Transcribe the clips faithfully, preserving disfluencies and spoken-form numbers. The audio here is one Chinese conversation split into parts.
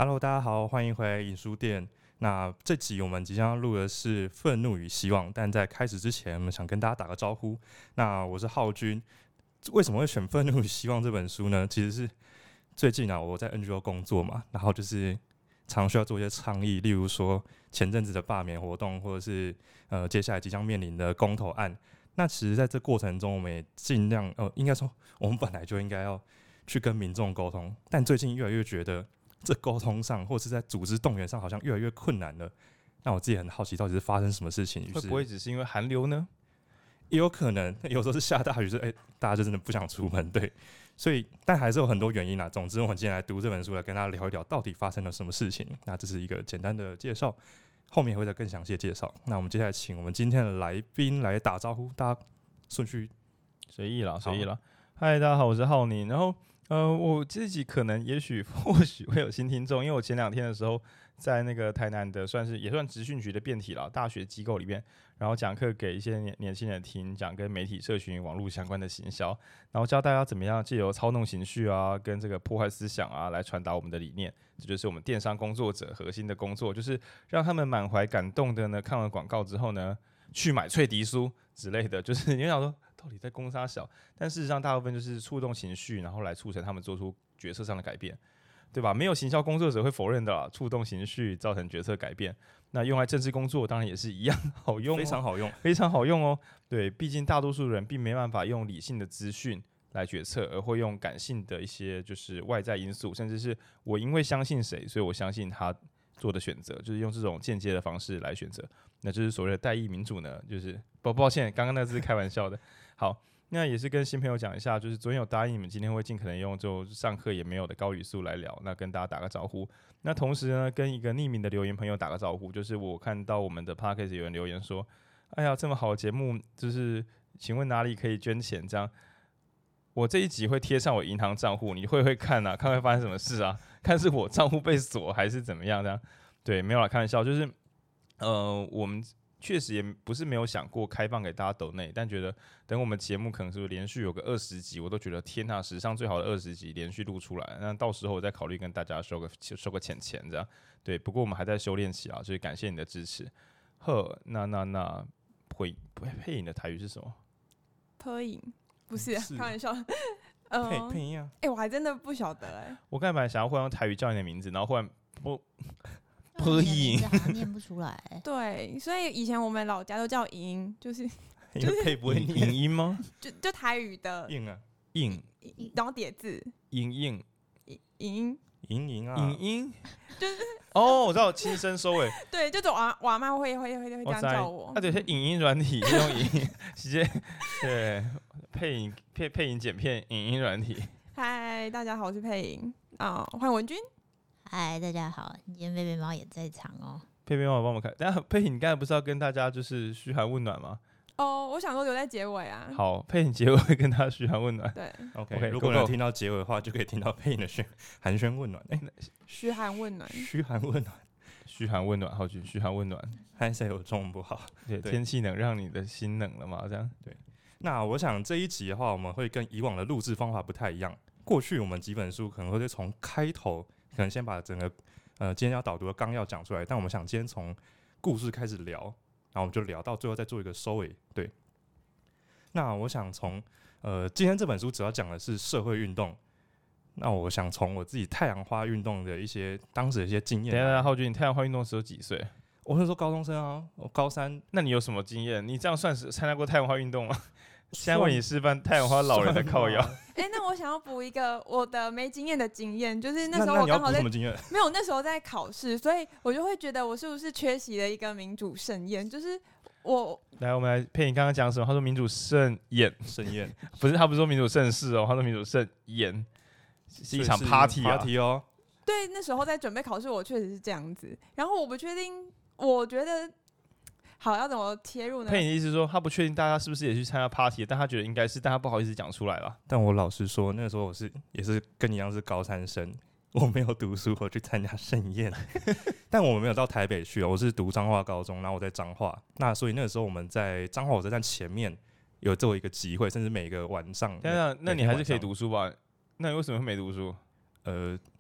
Hello， 大家好，欢迎回来影书店。那这集我们即将要录的是《愤怒与希望》，但在开始之前，我们想跟大家打个招呼。那我是浩君，为什么会选《愤怒与希望》这本书呢？其实是最近啊，我在 N G O 工作嘛，然后就是常需要做一些倡议，例如说前阵子的罢免活动，或者是呃接下来即将面临的公投案。那其实在这过程中，我们也尽量呃，应该说我们本来就应该要去跟民众沟通，但最近越来越觉得这沟通上，或是在组织动员上，好像越来越困难了。那我自己很好奇，到底是发生什么事情？ 会不会只是因为寒流呢？ 也有可能，有时候是下大雨，就哎、欸，大家就真的不想出门，对。所以，但还是有很多原因啦。总之，我们今天来读这本书，来跟大家聊一聊，到底发生了什么事情。那这是一个简单的介绍，后面会再更详细的介绍。那我们接下来请我们今天的来宾来打招呼，大家顺序随意啦，随意啦。嗨，大家好，我是浩宁。然后，呃，我自己可能、也许、或许会有新听众，因为我前两天的时候，在那个台南的算是也算职训局的辩体啦，大学机构里面，然后讲课给一些年年轻人听，讲跟媒体、社群、网络相关的行销，然后教大家怎么样借由操弄情绪啊，跟这个破坏思想啊，来传达我们的理念。这就是我们电商工作者核心的工作，就是让他们满怀感动的呢，看完广告之后呢，去买脆迪酥之类的，就是你会想说到底在攻杀小，但事实上大部分就是触动情绪，然后来促成他们做出决策上的改变，对吧？没有行销工作者会否认的啦，触动情绪造成决策改变。那用来政治工作当然也是一样好用、哦， 非常好用， 非常好用哦。对，毕竟大多数人并没办法用理性的资讯来决策，而会用感性的一些就是外在因素，甚至是我因为相信谁，所以我相信他做的选择，就是用这种间接的方式来选择。那就是所谓的代议民主呢，就是不抱歉，刚刚那是开玩笑的。好，那也是跟新朋友讲一下，就是昨天有答应你们今天会尽可能用就上课也没有的高语速来聊，那跟大家打个招呼。那同时呢，跟一个匿名的留言朋友打个招呼，就是我看到我们的 podcast 有人留言说，哎呀，这么好的节目，就是请问哪里可以捐钱？这样，我这一集会贴上我银行账户，你会不会看啊？看会发生什么事啊？看是我账户被锁还是怎么样？这样，对，没有啦，开玩笑，就是。呃，我们确实也不是没有想过开放给大家抖内，但觉得等我们节目可能是连续有个二十集，我都觉得天哪，史上最好的二十集连续录出来，那到时候我再考虑跟大家收个收个钱钱这样。对，不过我们还在修炼期啊，所以感谢你的支持。呵，那那那配配音的台语是什么？ 配音不是、啊， 是开玩笑。 嗯、配配音啊？ 哎、欸，我还真的不晓得哎、欸。 我刚才本来想要忽然用台语叫你的名字，然后忽然不。 配音念不出来、欸， 对，所以以前我们老家都叫音，就是因为配不会念影音吗？ 就就台语的硬啊， 硬， 然后叠字， 影印， 影影影啊， 影音， 就是哦，我知道轻声收尾， 对，就我我阿妈会会会会这样叫我， 啊，对，是影音软体，用影音直接对配音配配音剪片影音软体。 嗨，大家好，我是配音啊，欢迎文君。 嗨，大家好，今天贝贝猫也在场哦。 贝贝猫帮我们看，等一下佩影，你刚才不是要跟大家就是嘘寒问暖吗？ 哦，我想说留在结尾啊。 好，佩影结尾会跟大家嘘寒问暖。 对 ，OK，, okay 如果能听到结尾的话，就可以听到佩影的寒暄问暖。哎、欸， 嘘寒问暖， 嘘寒问暖， 嘘寒问暖，好句，嘘寒问暖。 还是有中文不好？ 对，天气冷让你的心冷了嘛？这样对。那我想这一集的话，我们会跟以往的录制方法不太一样。过去我们几本书可能会从开头。可能先把整个呃今天要导读的纲要讲出来，但我们想今天从故事开始聊，然后我们就聊到最后再做一个收尾。对，那我想从呃今天这本书主要讲的是社会运动，那我想从我自己太阳花运动的一些当时的一些经验。 等一下，浩君，你太阳花运动时候几岁？ 我那时候高中生啊，我高三。 那你有什么经验？你这样算是参加过太阳花运动吗？现在为你示范太阳花老人的靠腰。 哎、欸，那我想要补一个我的没经验的经验，就是那时候我刚好在没有那时候在考试，所以我就会觉得我是不是缺席了一个民主盛宴？就是我来，我们来配你刚刚讲什么？他说民主盛宴， 盛宴不是他不是说民主盛世哦，他说民主盛宴是一场 party 啊 party 哦。 对，那时候在准备考试，我确实是这样子。然后我不确定，我觉得。好，要怎么切入呢？ 佩你的意思是说，他不确定大家是不是也去参加 party， 但他觉得应该是，但他不好意思讲出来了。 但我老实说，那个时候我是也是跟你一样是高三生，我没有读书，我去参加盛宴，但我没有到台北去，我是读彰化高中，然后我在彰化，那所以那个时候我们在彰化火车站前面有做一个集会，甚至每个晚上。 那那你还是可以读书吧？那你为什么会没读书？ 呃。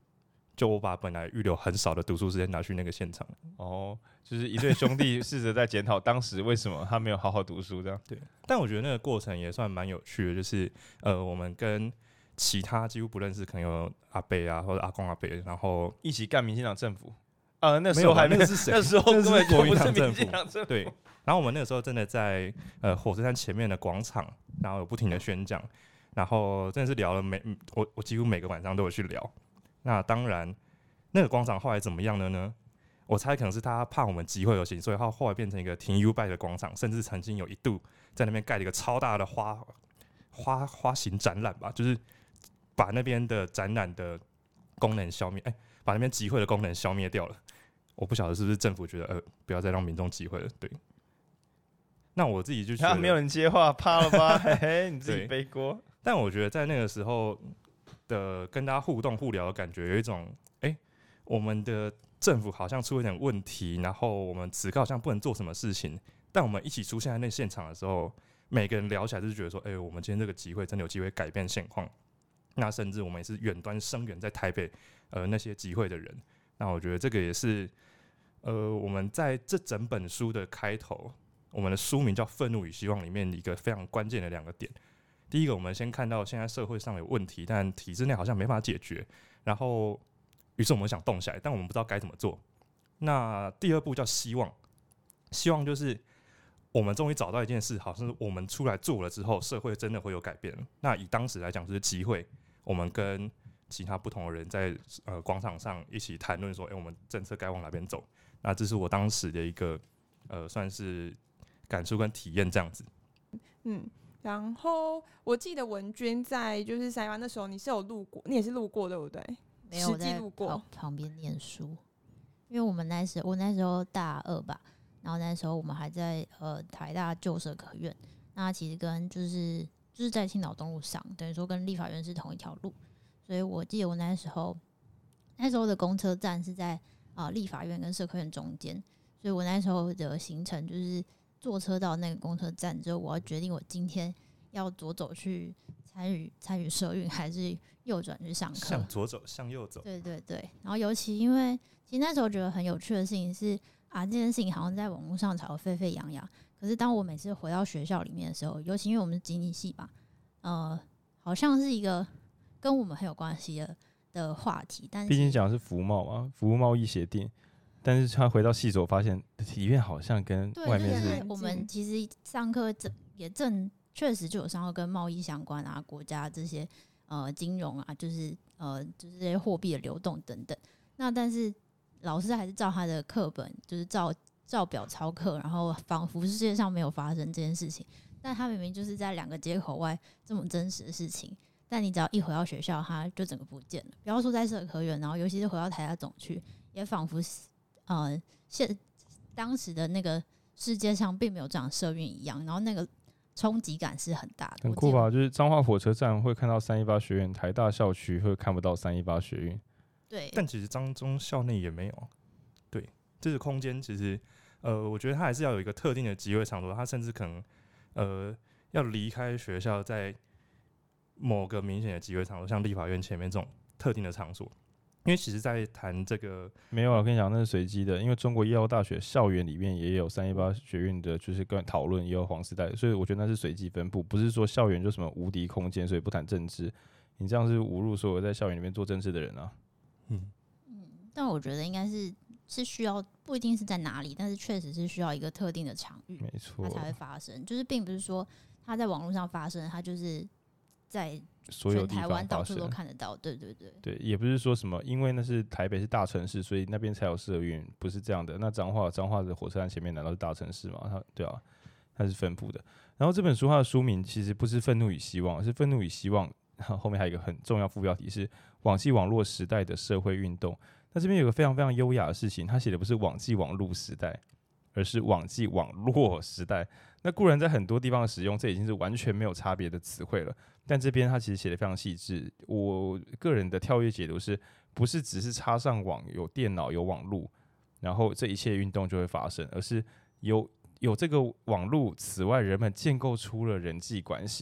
就我把本来预留很少的读书时间拿去那个现场。 哦，就是一对兄弟试着在检讨当时为什么他没有好好读书这样。 对，但我觉得那个过程也算蛮有趣的，就是呃，我们跟其他几乎不认识，可能有阿伯啊或者阿公阿伯，然后一起干民进党政府。啊，那没有时候还没那个是谁？ 那时候根本就国民不是党政府民进党政府。 对，然后我们那个时候真的在呃火车站前面的广场，然后有不停的宣讲，然后真的是聊了每我我几乎每个晚上都有去聊。那当然，那个广场后来怎么样了呢？我猜可能是他怕我们集会游行，所以他后来变成一个停 U bike 的广场，甚至曾经有一度在那边盖了一个超大的花花花型展览吧，就是把那边的展览的功能消灭，哎、欸，把那边集会的功能消灭掉了。我不晓得是不是政府觉得呃不要再让民众集会了，对。那我自己就觉得没有人接话，怕了吧？嘿嘿，你自己背锅。 但我觉得在那个时候的跟大家互动互聊的感觉，有一种哎、欸，我们的政府好像出了点问题，然后我们此刻好像不能做什么事情，但我们一起出现在那现场的时候，每个人聊起来就是觉得说，哎、欸，我们今天这个集会真的有机会改变现况。那甚至我们也是远端声援在台北呃那些集会的人。那我觉得这个也是，呃，我们在这整本书的开头，我们的书名叫《愤怒与希望》里面一个非常关键的两个点。第一个，我们先看到现在社会上有问题，但体制内好像没办法解决，然后于是我们想动起来，但我们不知道该怎么做。那第二步叫希望，希望就是我们终于找到一件事，好像是我们出来做了之后，社会真的会有改变。那以当时来讲，就是集会，我们跟其他不同的人在呃广场上一起谈论说，哎、欸，我们政策该往哪边走？那这是我当时的一个呃算是感触跟体验这样子。 嗯，然后我记得文君在就是三一八那时候，你是有路过，你也是路过对不对？ 没有在旁旁边念书，因为我们那时候我那时候大二吧，然后那时候我们还在呃台大旧社科院，那其实跟就是就是在青岛东路上，等于说跟立法院是同一条路。所以我记得我那时候，那时候的公车站是在啊、呃、立法院跟社科院中间，所以我那时候的行程就是坐车到那个公车站之后，我要决定我今天要左走去参与参与社运，还是右转去上课。 向左走，向右走。 对对对，然后尤其因为其实那时候觉得很有趣的事情是啊，这件事情好像在网络上吵得沸沸扬扬，可是当我每次回到学校里面的时候，尤其因为我们是经济系吧，呃，好像是一个跟我们很有关系的的话题，但是毕竟讲的是服贸嘛，服务贸易协定，但是他回到系所发现里面好像跟外面是。 对，我们其实上课也正确实就有上课跟贸易相关啊，国家这些呃金融啊，就是呃就是这些货币的流动等等。那但是老师还是照他的课本，就是照照表操课，然后仿佛世界上没有发生这件事情，但他明明就是在两个街口外这么真实的事情。但你只要一回到学校，它就整个不见了。不要说在社科院，然后尤其是回到台大总区，也仿佛呃现当时的那个世界上并没有这样社运一样，然后那个冲击感是很大的。 很酷吧？就是彰化火车站会看到三一八学院，台大校区会看不到三一八学运。 对， 但其实彰中校内也没有。对，这个空间其实呃，我觉得它还是要有一个特定的集会场所，它甚至可能呃要离开学校，在某个明显的集会场所，像立法院前面这种特定的场所。因为其实在谈这个没有啊，我跟你讲那是随机的，因为中国医药大学校园里面也有三一八学运的，就是跟讨论，也有黄丝带，所以我觉得那是随机分布，不是说校园就什么无敌空间，所以不谈政治，你这样是侮辱所有在校园里面做政治的人啊。 嗯嗯，但我觉得应该是是需要，不一定是在哪里，但是确实是需要一个特定的场域， 没错， 它才会发生。就是并不是说它在网络上发生，它就是在所有地全台湾方发生， 到处都看得到。对对对， 对，也不是说什么，因为那是台北是大城市，所以那边才有社运，不是这样的。那彰化彰化的火车站前面难道是大城市吗？它对啊，它是分布的。然后这本书它的书名其实不是《愤怒与希望》，是《愤怒与希望》，后面还有一个很重要副标题是“网际网络时代的社会运动”。那这边有个非常非常优雅的事情，他写的不是网际网络时代，而是网际网络时代。那固然在很多地方的使用，这已经是完全没有差别的词汇了。但这边他其实写的非常细致。我个人的跳跃解读是，不是只是插上网、有电脑、有网络，然后这一切运动就会发生，而是有有这个网络，此外人们建构出了人际关系。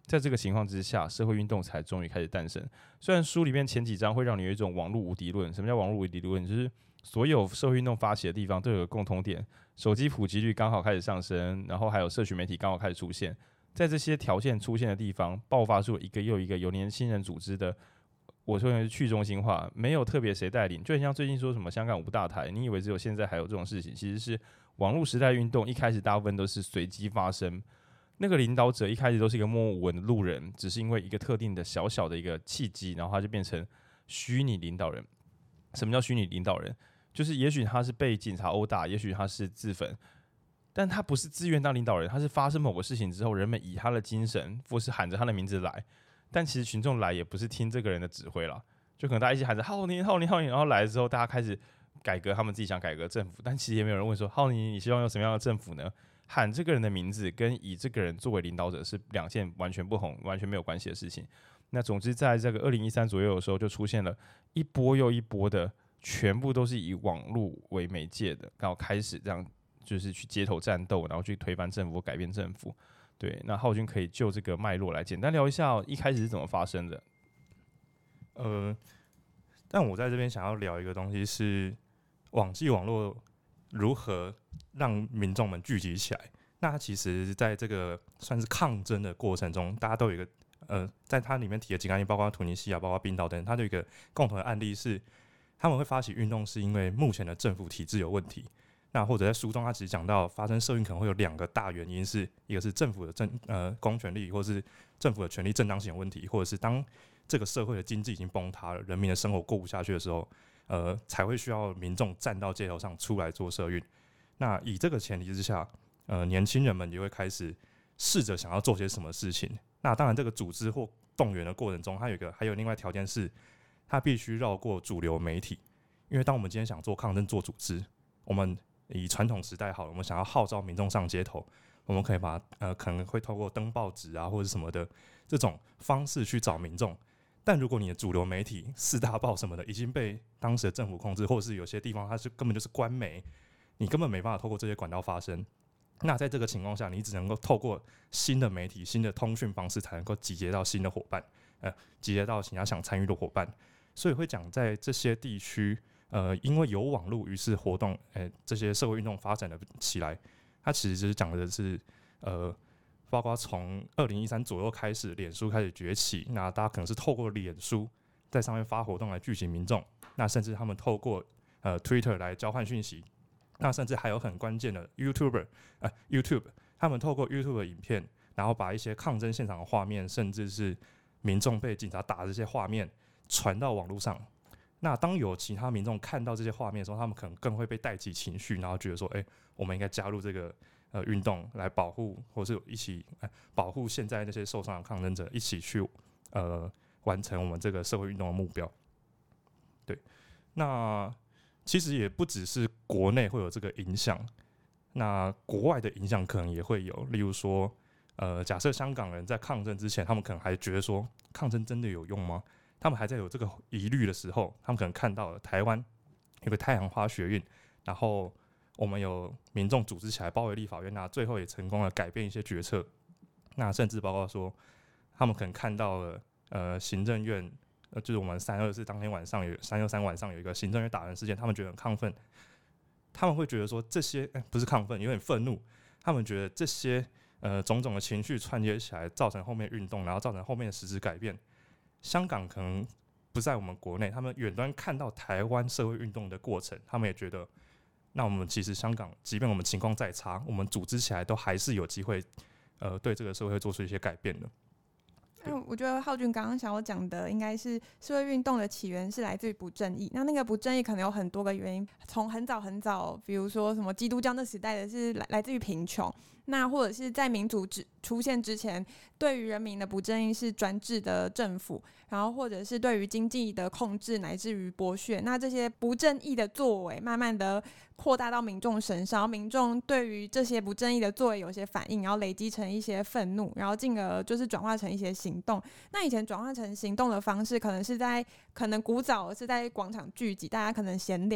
在这个情况之下，社会运动才终于开始诞生。虽然书里面前几章会让你有一种网络无敌论，什么叫网络无敌论？就是所有社会运动发起的地方都有个共同点，手机普及率刚好开始上升，然后还有社群媒体刚好开始出现，在这些条件出现的地方，爆发出一个又一个由年轻人组织的，我说的是去中心化，没有特别谁带领，就很像最近说什么香港五大台，你以为只有现在还有这种事情，其实是网络时代运动一开始大部分都是随机发生，那个领导者一开始都是一个默默无闻的路人，只是因为一个特定的小小的一个契机，然后他就变成虚拟领导人。什么叫虚拟领导人？就是也许他是被警察殴打，也许他是自焚，但他不是自愿当领导人，他是发生某个事情之后，人们以他的精神或是喊着他的名字来，但其实群众来也不是听这个人的指挥啦，就可能大家一起喊着浩宁浩宁浩宁，然后来了之后，大家开始改革他们自己想改革政府，但其实也没有人问说浩宁你希望有什么样的政府呢？喊这个人的名字跟以这个人作为领导者是两件完全不同、完全没有关系的事情。那总之，在这个二零一三左右的时候，就出现了一波又一波的，全部都是以网络为媒介的，然后开始这样就是去街头战斗，然后去推翻政府、改变政府。对，那浩君可以就这个脉络来简单聊一下、哦、一开始是怎么发生的。 呃，但我在这边想要聊一个东西是网际网络如何让民众们聚集起来。那其实在这个算是抗争的过程中，大家都有一个呃，在它里面提的几个案例，包括突尼西亚、包括冰岛等等，它有一个共同的案例是，他们会发起运动是因为目前的政府体制有问题。那或者在书中，他其实讲到发生社运可能会有两个大原因是，一个是政府的政呃公权力，或是政府的权力正当性有问题，或者是当这个社会的经济已经崩塌了，人民的生活过不下去的时候，呃，才会需要民众站到街头上出来做社运。那以这个前提之下，呃，年轻人们也会开始试着想要做些什么事情。那当然，这个组织或动员的过程中，它有一个还有另外条件是，它必须绕过主流媒体，因为当我们今天想做抗争、做组织，我们以传统时代好了，我们想要号召民众上街头，我们可以把呃可能会透过登报纸啊或者什么的这种方式去找民众。但如果你的主流媒体四大报什么的已经被当时的政府控制，或者是有些地方它是根本就是官媒，你根本没办法透过这些管道发声。那在这个情况下，你只能够透过新的媒体、新的通讯方式，才能够集结到新的伙伴，呃，集结到其他想参与的伙伴。所以会讲在这些地区。呃，因为有网络，于是活动，欸，这些社会运动发展了起来。它其实就是讲的是，呃，包括从二零一三左右开始，脸书开始崛起，那大家可能是透过脸书在上面发活动来聚集民众，那甚至他们透过呃 Twitter 来交换讯息，那甚至还有很关键的 YouTuber， 呃 YouTube， 他们透过 YouTube 的影片，然后把一些抗争现场的画面，甚至是民众被警察打的这些画面传到网络上。那当有其他民众看到这些画面的时候，他们可能更会被带起情绪，然后觉得说，哎、欸，我们应该加入这个呃运动来保护，或是一起、呃、保护现在那些受伤的抗争者，一起去呃完成我们这个社会运动的目标。对，那其实也不只是国内会有这个影响，那国外的影响可能也会有，例如说，呃，假设香港人在抗争之前，他们可能还觉得说，抗争真的有用吗？他们还在有这个疑虑的时候，他们可能看到了台湾有个太阳花学运，然后我们有民众组织起来包围立法院，那最后也成功了改变一些决策。那甚至包括说，他们可能看到了呃行政院，呃就是我们三二四当天晚上有三二三晚上有一个行政院打人事件，他们觉得很亢奋，他们会觉得说这些、欸、不是亢奋，有点愤怒，他们觉得这些呃种种的情绪串接起来，造成后面运动，然后造成后面的实质改变。香港可能不在我们国内，他们远端看到台湾社会运动的过程，他们也觉得，那我们其实香港，即便我们情况再差，我们组织起来都还是有机会，呃，对这个社会做出一些改变的。 嗯，我觉得浩君刚刚想要讲的，应该是社会运动的起源是来自于不正义。那那个不正义可能有很多个原因，从很早很早，比如说什么基督教那时代的是来来自于贫穷，那或者是在民主出现之前，对于人民的不正义是专制的政府，然后或者是对于经济的控制乃至于剥削。那这些不正义的作为，慢慢的扩大到民众身上，民众对于这些不正义的作为有些反应，然后累积成一些愤怒，然后进而就是转化成一些行动。那以前转化成行动的方式，可能是在可能古早是在广场聚集，大家可能闲聊。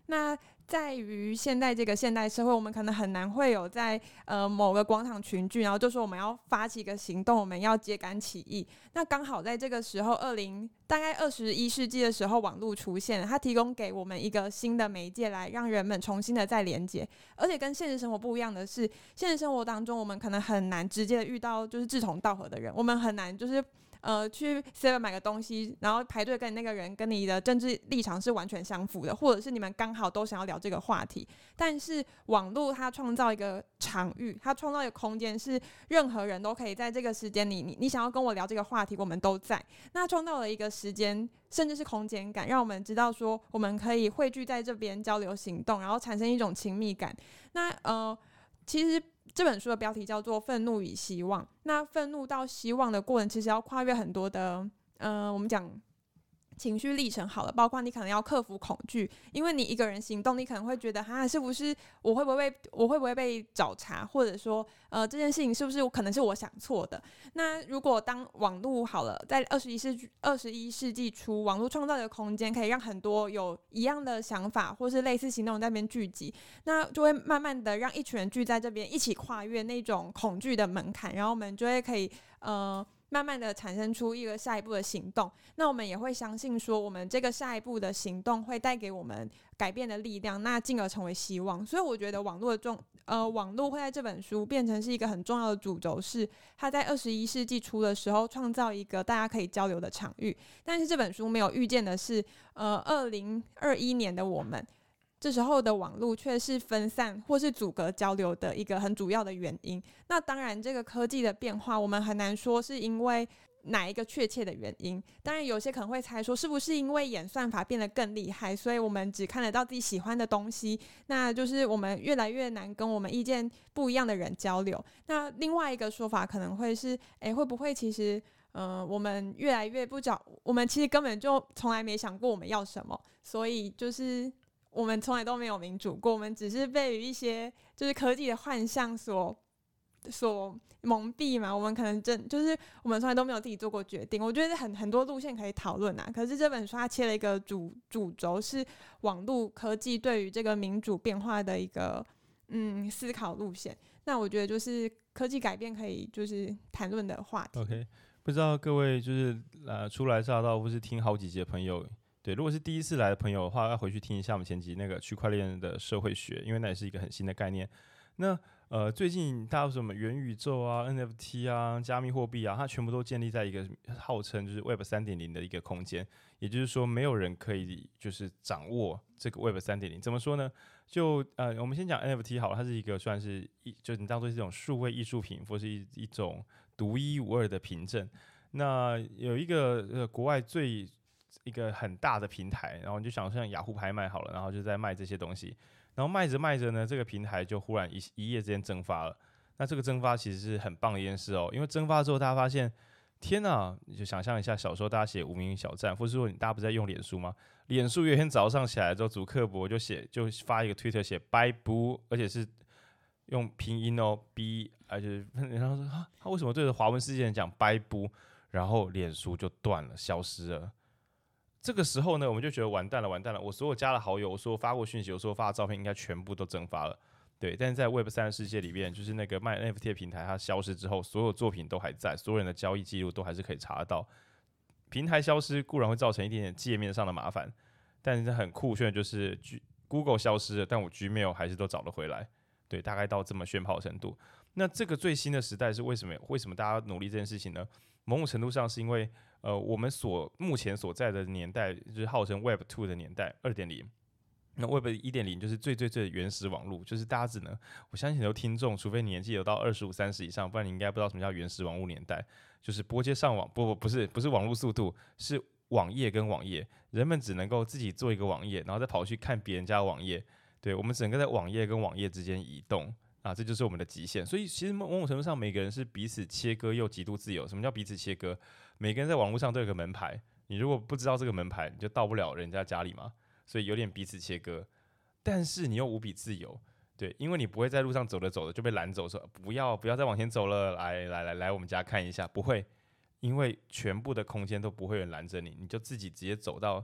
那在于现在这个现代社会，我们可能很难会有在呃某个广场群聚，然后就说我们要发起一个行动，我们要揭竿起义。那刚好在这个时候，二零大概二十一世纪的时候，网络出现了，它提供给我们一个新的媒介，来让人们重新的再连接。而且跟现实生活不一样的是，现实生活当中我们可能很难直接的遇到就是志同道合的人，我们很难就是呃，去 seven 买个东西，然后排队跟那个人跟你的政治立场是完全相符的，或者是你们刚好都想要聊这个话题。但是网络它创造一个场域，它创造一个空间，是任何人都可以在这个时间里，你你想要跟我聊这个话题，我们都在。那创造了一个时间，甚至是空间感，让我们知道说我们可以汇聚在这边交流行动，然后产生一种亲密感。那呃，其实这本书的标题叫做《愤怒与希望》。那愤怒到希望的过程，其实要跨越很多的，呃，我们讲情绪历程好了，包括你可能要克服恐惧，因为你一个人行动，你可能会觉得，哈，是不是我会不会被我会不会被找茬，或者说，呃，这件事情是不是可能是我想错的？那如果当网络好了，在二十一世纪二十一世纪初，网络创造的空间可以让很多有一样的想法或是类似行动在那边聚集，那就会慢慢的让一群人聚在这边，一起跨越那种恐惧的门槛，然后我们就会可以，呃。慢慢的产生出一个下一步的行动，那我们也会相信说，我们这个下一步的行动会带给我们改变的力量，那进而成为希望。所以我觉得网络的重呃，网络会在这本书变成是一个很重要的主轴，是它在二十一世纪初的时候创造一个大家可以交流的场域。但是这本书没有预见的是，呃，二零二一年的我们。这时候的网络却是分散或是阻隔交流的一个很主要的原因。那当然，这个科技的变化，我们很难说是因为哪一个确切的原因。当然，有些可能会猜说，是不是因为演算法变得更厉害，所以我们只看得到自己喜欢的东西，那就是我们越来越难跟我们意见不一样的人交流。那另外一个说法可能会是，诶，会不会其实呃，我们越来越不找，我们其实根本就从来没想过我们要什么，所以就是我们从来都没有民主过，我们只是被于一些就是科技的幻象所所蒙蔽嘛。我们可能真就是我们从来都没有自己做过决定。我觉得很很多路线可以讨论啊。可是这本书它切了一个主主轴，是网络科技对于这个民主变化的一个嗯思考路线。那我觉得就是科技改变可以就是谈论的话题。 OK， 不知道各位就是呃初来乍到或是听好几集的朋友。对，如果是第一次来的朋友的话，要回去听一下我们前集那个区块链的社会学，因为那也是一个很新的概念。那呃，最近大家说什么元宇宙啊、N F T 啊、加密货币啊，它全部都建立在一个号称就是 Web 三点零 的一个空间，也就是说，没有人可以就是掌握这个 Web 三点零。怎么说呢？就呃，我们先讲 N F T 好了，它是一个算是一，就你当做是一种数位艺术品，或是一一种独一无二的凭证。那有一个呃国外最一个很大的平台，然后你就想像雅虎拍卖好了，然后就在卖这些东西，然后卖着卖着呢，这个平台就忽然一一夜之间蒸发了。那这个蒸发其实是很棒的一件事哦，因为蒸发之后大家发现，天哪！你就想象一下，小时候大家写无名小站，或是说你大家不是在用脸书吗？脸书有一天早上起来之后，祖克伯就写就发一个 Twitter 写 Bye Boo， 而且是用拼音哦 B， 而且然后说啊，他为什么对着华文世界人讲 Bye Boo， 然后脸书就断了，消失了。这个时候呢，我们就觉得完蛋了，完蛋了！我所有加的好友，我所有发过讯息，我所有发的照片，应该全部都蒸发了。对，但是在 Web 三的世界里面，就是那个卖 N F T 的平台，它消失之后，所有作品都还在，所有人的交易记录都还是可以查得到。平台消失固然会造成一点点界面上的麻烦，但是很酷炫的就是 Google 消失了，但我 Gmail 还是都找得回来。对，大概到这么炫炮的程度。那这个最新的时代是为什么？为什么大家努力这件事情呢？某种程度上是因为，呃，我们所目前所在的年代，就是号称 Web 二 的年代 二点零。那 Web 一点零 就是最最最原始网络，就是大家只能，我相信很多听众，除非你年纪有到二十五、三十以上，不然你应该不知道什么叫原始网络年代。就是拨接上网，不不不是不是网络速度，是网页跟网页，人们只能够自己做一个网页，然后再跑去看别人家的网页。对，我们只能够在网页跟网页之间移动啊，这就是我们的极限。所以其实某种程度上，每个人是彼此切割又极度自由。什么叫彼此切割？每个人在网络上都有个门牌，你如果不知道这个门牌，你就到不了人家家里嘛。所以有点彼此切割，但是你又无比自由。对，因为你不会在路上走着走着就被拦走，说不要不要再往前走了，来来来来我们家看一下，不会，因为全部的空间都不会有人拦着你，你就自己直接走到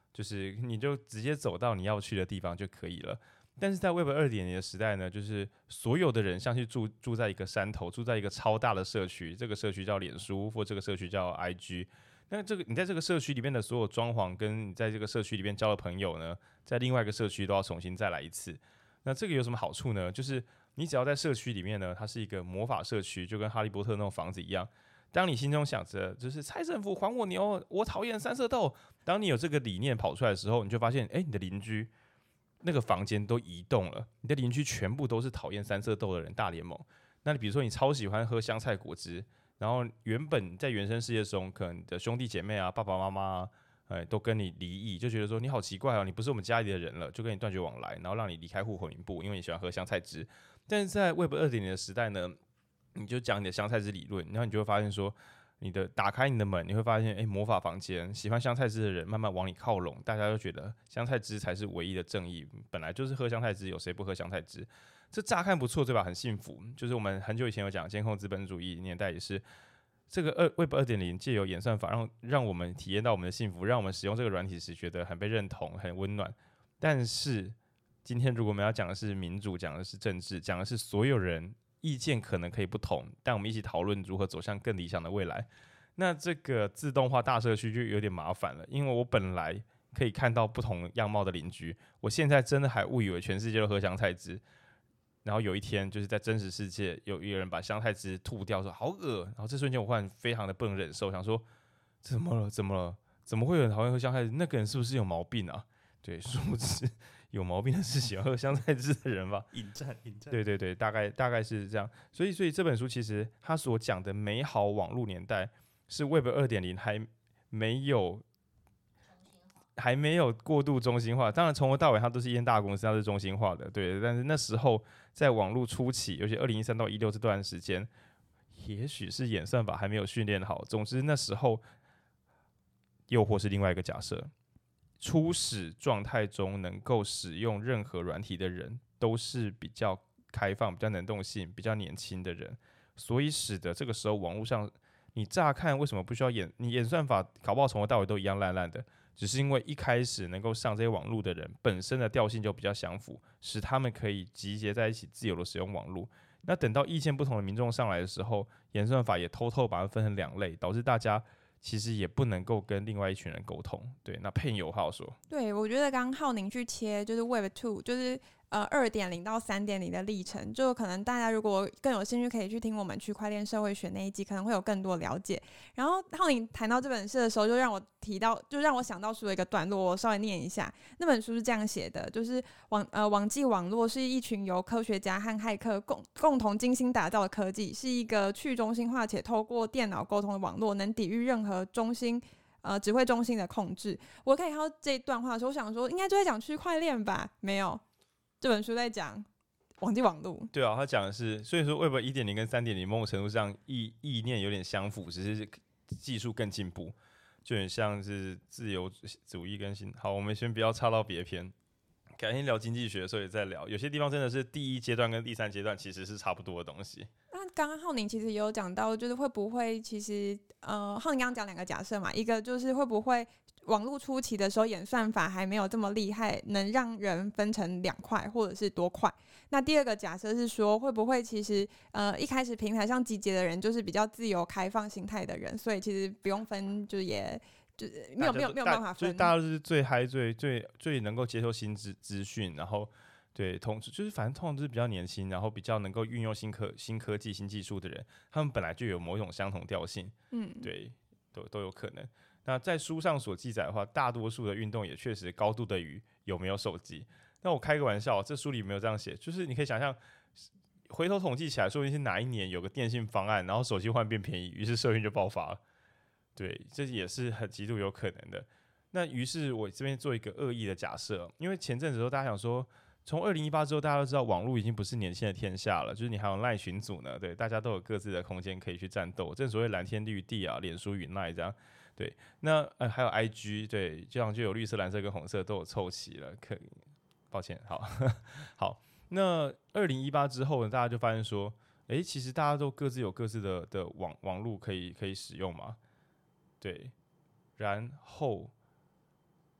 就是你就直接走到你要去的地方就可以了。但是在 Web 二点零 的时代呢，就是所有的人像是住住在一个山头，住在一个超大的社区，这个社区叫脸书，或这个社区叫 I G。那这个你在这个社区里面的所有装潢，跟你在这个社区里面交的朋友呢，在另外一个社区都要重新再来一次。那这个有什么好处呢？就是你只要在社区里面呢，它是一个魔法社区，就跟哈利波特那种房子一样。当你心中想着就是蔡政府还我牛，我讨厌三色豆，当你有这个理念跑出来的时候，你就发现，哎、欸，你的邻居那个房间都移动了，你的邻居全部都是讨厌三色豆的人，大联盟。那你比如说你超喜欢喝香菜果汁，然后原本在原生世界中，可能你的兄弟姐妹啊、爸爸妈妈啊，哎，都跟你离异，就觉得说你好奇怪哦，你不是我们家里的人了，就跟你断绝往来，然后让你离开户口名簿，因为你喜欢喝香菜汁。但是在 Web 二点零 的时代呢，你就讲你的香菜汁理论，然后你就会发现说，你的打开你的门，你会发现，哎、欸，魔法房间，喜欢香菜汁的人慢慢往你靠拢，大家都觉得香菜汁才是唯一的正义，本来就是喝香菜汁，有谁不喝香菜汁？这乍看不错，对吧？很幸福。就是我们很久以前有讲监控资本主义年代也是，这个 Web 二点零 借由演算法让让我们体验到我们的幸福，让我们使用这个软体时觉得很被认同、很温暖。但是今天如果我们要讲的是民主，讲的是政治，讲的是所有人意见可能可以不同，但我们一起讨论如何走向更理想的未来。那这个自动化大社区就有点麻烦了，因为我本来可以看到不同样貌的邻居，我现在真的还误以为全世界都喝香菜汁。然后有一天，就是在真实世界，有一个人把香菜汁吐掉，说好恶。然后这瞬间，我忽然非常的不能忍受，想说怎么了？怎么了？怎么会有人讨厌喝香菜汁？那个人是不是有毛病啊？对，殊不知有毛病的是喜欢喝香菜汁的人吧？ 引战，引战。 对对对，大概大概是这样。所以，所以这本书其实他所讲的美好网络年代是 Web 二点零 还没有。还没有过度中心化，当然从头到尾它都是一间大公司，它是中心化的，对。但是那时候在网络初期，尤其二零一三到一六这段时间，也许是演算法还没有训练好。总之那时候，又或是另外一个假设，初始状态中能够使用任何软体的人，都是比较开放、比较能动性、比较年轻的人，所以使得这个时候网络上，你乍看为什么不需要演？你演算法搞不好从头到尾都一样烂烂的。只是因为一开始能够上这些网络的人本身的调性就比较相符，使他们可以集结在一起自由的使用网络。那等到意见不同的民众上来的时候，演算法也偷偷把它分成两类，导致大家其实也不能够跟另外一群人沟通。对，那佩友浩说， 对，我觉得刚刚浩宁去切就是 Web 二，就是呃 二点零 到 三点零 的历程，就可能大家如果更有兴趣，可以去听我们区块链社会学那一集，可能会有更多了解。然后浩宁谈到这本书的时候，就让我提到，就让我想到书的一个段落，我稍微念一下。那本书是这样写的，就是网呃网际网络是一群由科学家和骇客共共同精心打造的科技，是一个去中心化且透过电脑沟通的网络，能抵御任何中心。呃，指挥中心的控制。我可以看到这一段话的时候，我想说，应该就在讲区块链吧？没有，这本书在讲网际网络。 对啊，他讲的是，所以说 Web 一点零 跟 三点零 某种程度上意意念有点相符，只是技术更进步，就很像是自由主义跟新。好，我们先不要插到别篇，改天聊经济学的时候也再聊。有些地方真的是第一阶段跟第三阶段其实是差不多的东西。 那刚刚浩宁其实也有讲到，就是会不会其实呃，浩宁刚刚讲两个假设嘛，一个就是会不会网络初期的时候演算法还没有这么厉害，能让人分成两块或者是多块。那第二个假设是说，会不会其实呃一开始平台上集结的人就是比较自由开放心态的人，所以其实不用分，就是也就是没有没有没有办法分， 就是大家都是最嗨、最最最能够接受新资资讯，然后。对，同就是反正通常都是比较年轻，然后比较能够运用新科新科技、新技术的人，他们本来就有某种相同调性，嗯，对，都都有可能。那在书上所记载的话，大多数的运动也确实高度的于有没有手机。那我开个玩笑，这书里没有这样写，就是你可以想象，回头统计起来，说不定是哪一年有个电信方案，然后手机忽然变便宜，于是社运就爆发了。对，这也是很极度有可能的。那于是我这边做一个恶意的假设，因为前阵子的时候大家想说。从二零一八之后，大家都知道网络已经不是年轻的天下了，就是你还有赖群组呢，对，大家都有各自的空间可以去战斗，正所谓蓝天绿地啊，脸书与赖这样，对，那呃还有 I G， 对，这样就有绿色、蓝色跟红色都有凑齐了，可抱歉，好好，那二零一八之后呢，大家就发现说，哎、欸，其实大家都各自有各自的的网网络可以可以使用嘛，对，然后。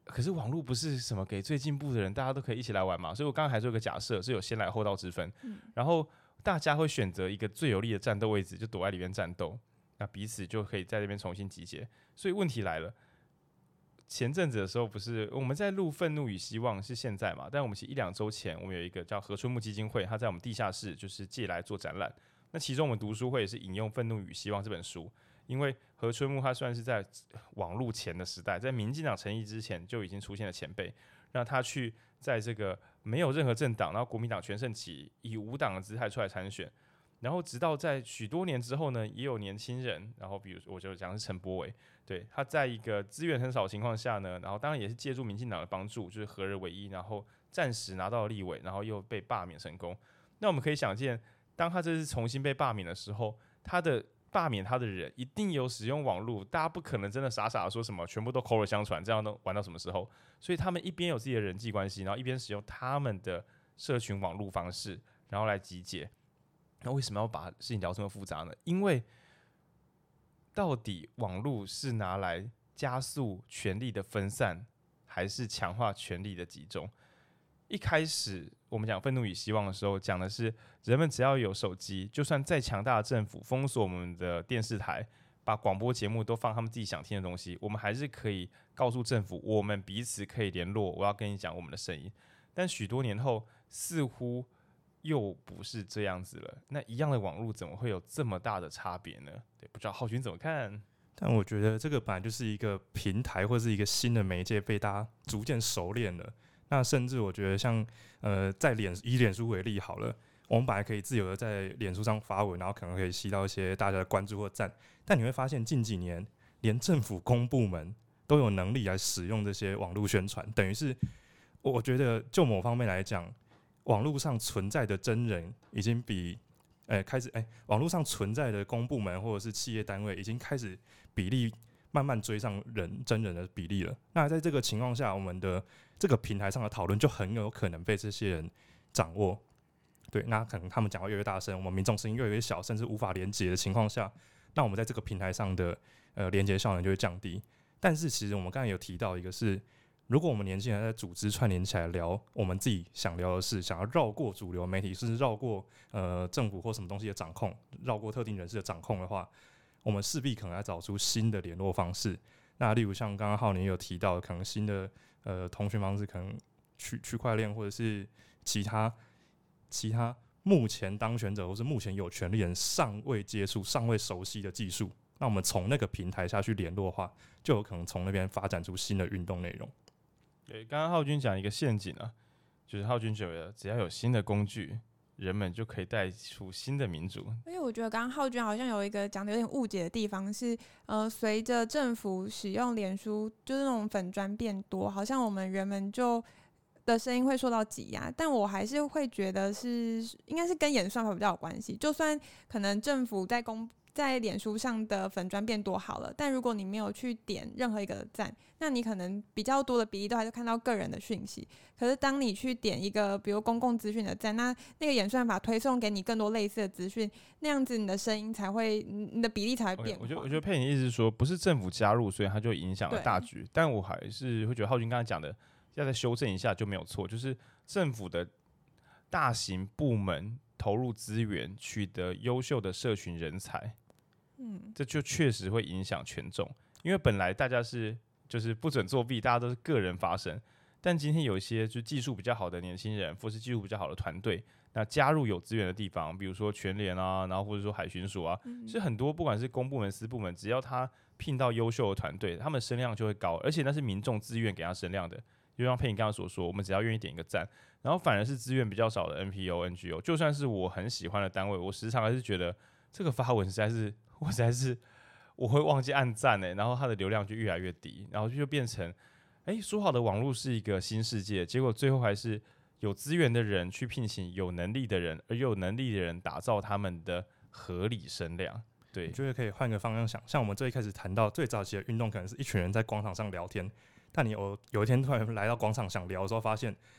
可是网络不是什么给最进步的人，大家都可以一起来玩嘛。所以我刚刚还做个假设，是有先来后到之分， 嗯、 然后大家会选择一个最有利的战斗位置，就躲在里面战斗，那彼此就可以在这边重新集结。所以问题来了。前阵子的时候，不是我们在录《愤怒与希望》是现在嘛？但我们其实一两周前，我们有一个叫何春木基金会，他在我们地下室就是借来做展览。那其中我们读书会也是引用《愤怒与希望》这本书，因为何春木他算是在网络前的时代，在民进党成立之前就已经出现了前辈，让他去在这个没有任何政党，然后国民党全盛期以无党的姿态出来参选。然后直到在许多年之后呢，也有年轻人，然后比如我就讲的是陈柏惟，对，他在一个资源很少的情况下呢，然后当然也是借助民进党的帮助，就是合而为一，然后暂时拿到了立委，然后又被罢免成功。那我们可以想见，当他这次重新被罢免的时候，他的罢免他的人一定有使用网络，大家不可能真的傻傻的说什么全部都口耳相传，这样都玩到什么时候？所以他们一边有自己的人际关系，然后一边使用他们的社群网络方式，然后来集结。那为什么要把事情聊这么复杂呢？因为到底网络是拿来加速权力的分散，还是强化权力的集中？一开始我们讲愤怒与希望的时候，讲的是人们只要有手机，就算再强大的政府封锁我们的电视台，把广播节目都放他们自己想听的东西，我们还是可以告诉政府，我们彼此可以联络，我要跟你讲我们的声音。但许多年后，似乎又不是这样子了。那一样的网络怎么会有这么大的差别呢？对，不知道浩君怎么看？ 但我觉得这个本来就是一个平台或是一个新的媒介，被大家逐渐熟练了。那甚至我觉得像呃，在脸以脸书为例好了，我们本来可以自由的在脸书上发文，然后可能可以吸到一些大家的关注或赞。但你会发现近几年，连政府公部门都有能力来使用这些网络宣传，等于是我觉得就某方面来讲，网络上存在的真人已经比，呃、欸，开始，哎、欸，网络上存在的公部门或者是企业单位已经开始比例慢慢追上人真人的比例了。那在这个情况下，我们的这个平台上的讨论就很有可能被这些人掌握。对，那可能他们讲话越来越大声，我们民众声音越来越小，甚至无法连结的情况下，那我们在这个平台上的呃连结效能就会降低。但是其实我们刚才有提到一个是，如果我们年轻人在组织串联起来聊我们自己想聊的事，想要绕过主流媒体，甚至绕过呃政府或什么东西的掌控，绕过特定人士的掌控的话，我们势必可能要找出新的联络方式。那例如像刚刚浩年有提到，可能新的呃通讯方式，可能区区块链或者是其他其他目前当选者或是目前有权利人尚未接触、尚未熟悉的技术，那我们从那个平台下去联络的话，就有可能从那边发展出新的运动内容。 对，刚刚浩君讲一个陷阱啊，就是浩君觉得只要有新的工具，人们就可以带出新的民主。 而且我觉得刚刚浩君好像有一个讲的有点误解的地方是，呃，随着政府使用脸书，就是那种粉专变多，好像我们人们就的声音会受到挤压。但我还是会觉得是应该是跟演算法比较有关系。就算可能政府在公在脸书上的粉专变多好了，但如果你没有去点任何一个赞，那你可能比较多的比例都还是看到个人的讯息。可是当你去点一个比如公共资讯的赞，那那个演算法推送给你更多类似的资讯，那样子你的声音才会，你的比例才会变化。 Okay, 我觉得我觉得佩妮的意思是说，不是政府加入，所以它就影响了大局。但我还是会觉得浩君刚才讲的，要再修正一下就没有错，就是政府的大型部门投入资源，取得优秀的社群人才。嗯，这就确实会影响权重，因为本来大家是就是不准作弊，大家都是个人发声，但今天有一些就技术比较好的年轻人，或是技术比较好的团队，那加入有资源的地方，比如说全联啊，然后或者说海巡署啊，其实很多不管是公部门、私部门，只要他聘到优秀的团队，他们声量就会高，而且那是民众自愿给他声量的。就像佩妮刚刚所说，我们只要愿意点一个赞，然后反而是资源比较少的 N P O、N G O， 就算是我很喜欢的单位，我时常还是觉得这个发文实在是。我实在是我会忘记按赞欸，然后它的流量就越来越低，然后就变成，哎、欸，说好的网络是一个新世界，结果最后还是有资源的人去聘请有能力的人，而有能力的人打造他们的合理声量。对， 我觉得可以换个方向想，像我们最一开始谈到最早期的运动，可能是一群人在广场上聊天，但你有有一天突然来到广场想聊的时候，发现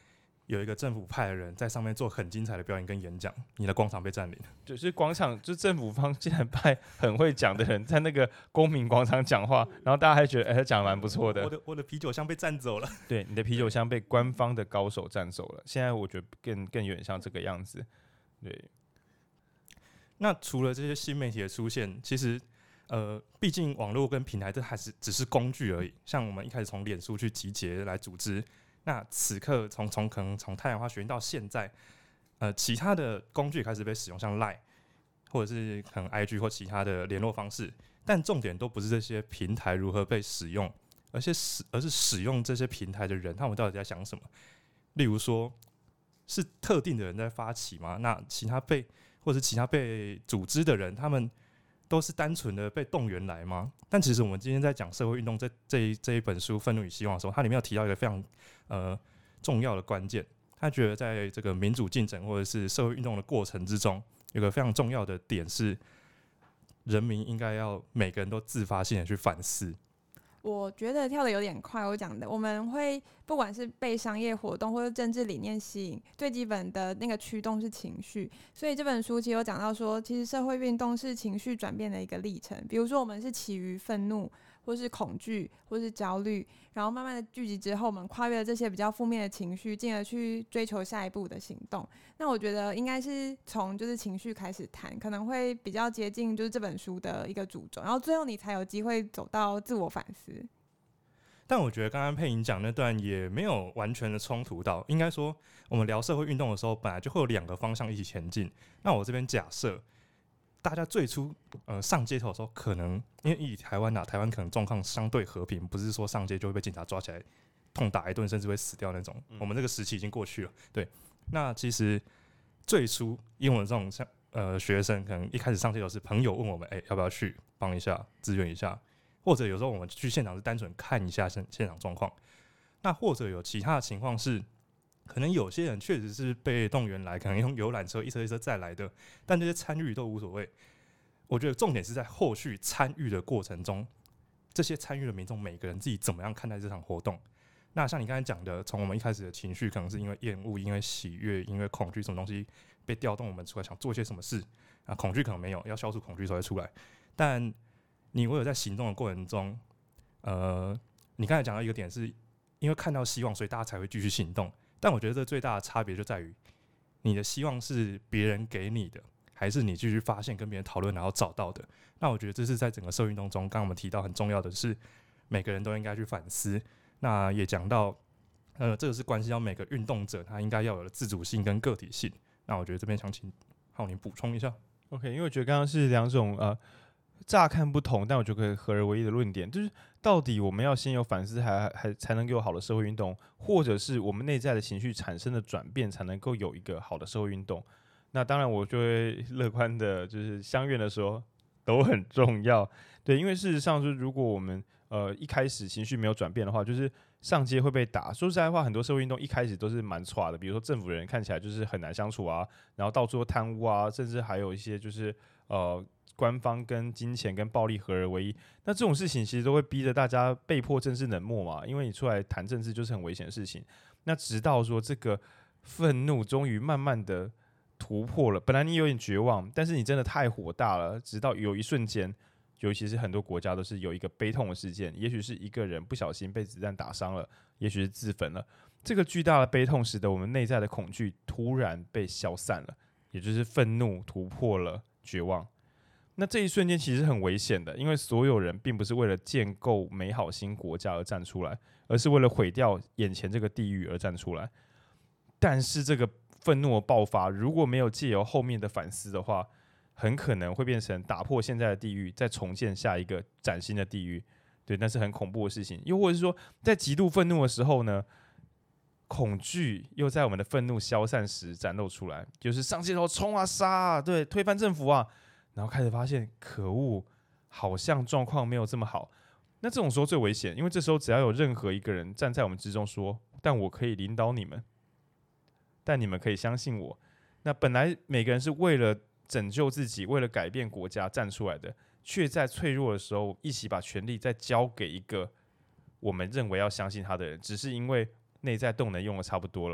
有一个政府派的人在上面做很精彩的表演跟演讲，你的广场被占领。 就是广场，就是政府方竟然派很会讲的人在那个公民广场讲话，然后大家还觉得哎，他讲的蛮不错的。 我的我的啤酒箱被占走了。 对，你的啤酒箱被官方的高手占走了。现在我觉得更更有点像这个样子。对。 那除了这些新媒体的出现，其实呃，毕竟网络跟平台这还是只是工具而已。像我们一开始从脸书去集结来组织。那此刻从从可能从太阳花学运到现在，呃，其他的工具开始被使用，像 Line 或者是可能 I G 或其他的联络方式，但重点都不是这些平台如何被使用，而且使而是使用这些平台的人，他们到底在想什么？例如说，是特定的人在发起吗？那其他被或者是其他被组织的人，他们都是单纯的被动员来吗？但其实我们今天在讲社会运动这这一这一本书《愤怒与希望》的时候，它里面有提到一个非常呃重要的关键。他觉得在这个民主进程或者是社会运动的过程之中，有个非常重要的点是，人民应该要每个人都自发性的去反思。 我觉得跳的有点快，我讲的我们会不管是被商业活动或者政治理念吸引，最基本的那个驱动是情绪。所以这本书其实有讲到说，其实社会运动是情绪转变的一个历程。比如说我们是起于愤怒，或是恐惧，或是焦虑，然后慢慢的聚集之后，我们跨越了这些比较负面的情绪，进而去追求下一步的行动。那我觉得应该是从就是情绪开始谈，可能会比较接近就是这本书的一个主轴，然后最后你才有机会走到自我反思。 但我觉得刚刚佩莹讲那段也没有完全的冲突到，应该说我们聊社会运动的时候，本来就会有两个方向一起前进。那我这边假设，大家最初呃上街头的时候，可能因为以台湾啊，台湾可能状况相对和平，不是说上街就会被警察抓起来痛打一顿，甚至会死掉那种。我们这个时期已经过去了。对，那其实最初因为我们这种像呃学生，可能一开始上街头是朋友问我们，哎、欸，要不要去帮一下，支援一下。或者有时候我们去现场是单纯看一下现现场状况，那或者有其他的情况是，可能有些人确实是被动员来，可能用游览车一车一车载来的，但这些参与都无所谓。我觉得重点是在后续参与的过程中，这些参与的民众每个人自己怎么样看待这场活动。那像你刚才讲的，从我们一开始的情绪，可能是因为厌恶、因为喜悦、因为恐惧，什么东西被调动，我们出来想做些什么事啊？恐惧可能没有，要消除恐惧才会出来，但你唯有在行动的过程中，呃，你刚才讲到一个点是，因为看到希望，所以大家才会继续行动。但我觉得这最大的差别就在于，你的希望是别人给你的，还是你继续发现、跟别人讨论然后找到的？那我觉得这是在整个社会运动中，刚刚我们提到很重要的是，每个人都应该去反思。那也讲到，呃，这个是关系到每个运动者他应该要有的自主性跟个体性。那我觉得这边想请浩宁补充一下。 OK， 因为我觉得刚刚是两种呃。乍看不同，但我觉得可以合而为一的论点，就是到底我们要先有反思还，还还才能够有好的社会运动，或者是我们内在的情绪产生的转变，才能够有一个好的社会运动。那当然，我就会乐观的，就是相愿的说，都很重要。对，因为事实上，就是如果我们呃一开始情绪没有转变的话，就是上街会被打。说实在话，很多社会运动一开始都是蛮差的，比如说政府人看起来就是很难相处啊，然后到处都贪污啊，甚至还有一些就是呃。官方跟金钱跟暴力合而为一，那这种事情其实都会逼着大家被迫政治冷漠嘛，因为你出来谈政治就是很危险的事情。那直到说这个愤怒终于慢慢的突破了，本来你有点绝望，但是你真的太火大了，直到有一瞬间，尤其是很多国家都是有一个悲痛的事件，也许是一个人不小心被子弹打伤了，也许是自焚了，这个巨大的悲痛使得我们内在的恐惧突然被消散了，也就是愤怒突破了绝望。那这一瞬间其实很危险的，因为所有人并不是为了建构美好新国家而站出来，而是为了毁掉眼前这个地狱而站出来。但是这个愤怒的爆发，如果没有借由后面的反思的话，很可能会变成打破现在的地狱，再重建下一个崭新的地狱。对，那是很恐怖的事情。又或者是说，在极度愤怒的时候呢，恐惧又在我们的愤怒消散时展露出来，就是上街头冲啊杀啊，对，推翻政府啊。然后开始发现，可恶，好像状况没有这么好。那这种时候最危险，因为这时候只要有任何一个人站在我们之中说：“但我可以领导你们，但你们可以相信我。”那本来每个人是为了拯救自己、为了改变国家站出来的，却在脆弱的时候一起把权力再交给一个我们认为要相信他的人，只是因为内在动能用的差不多了，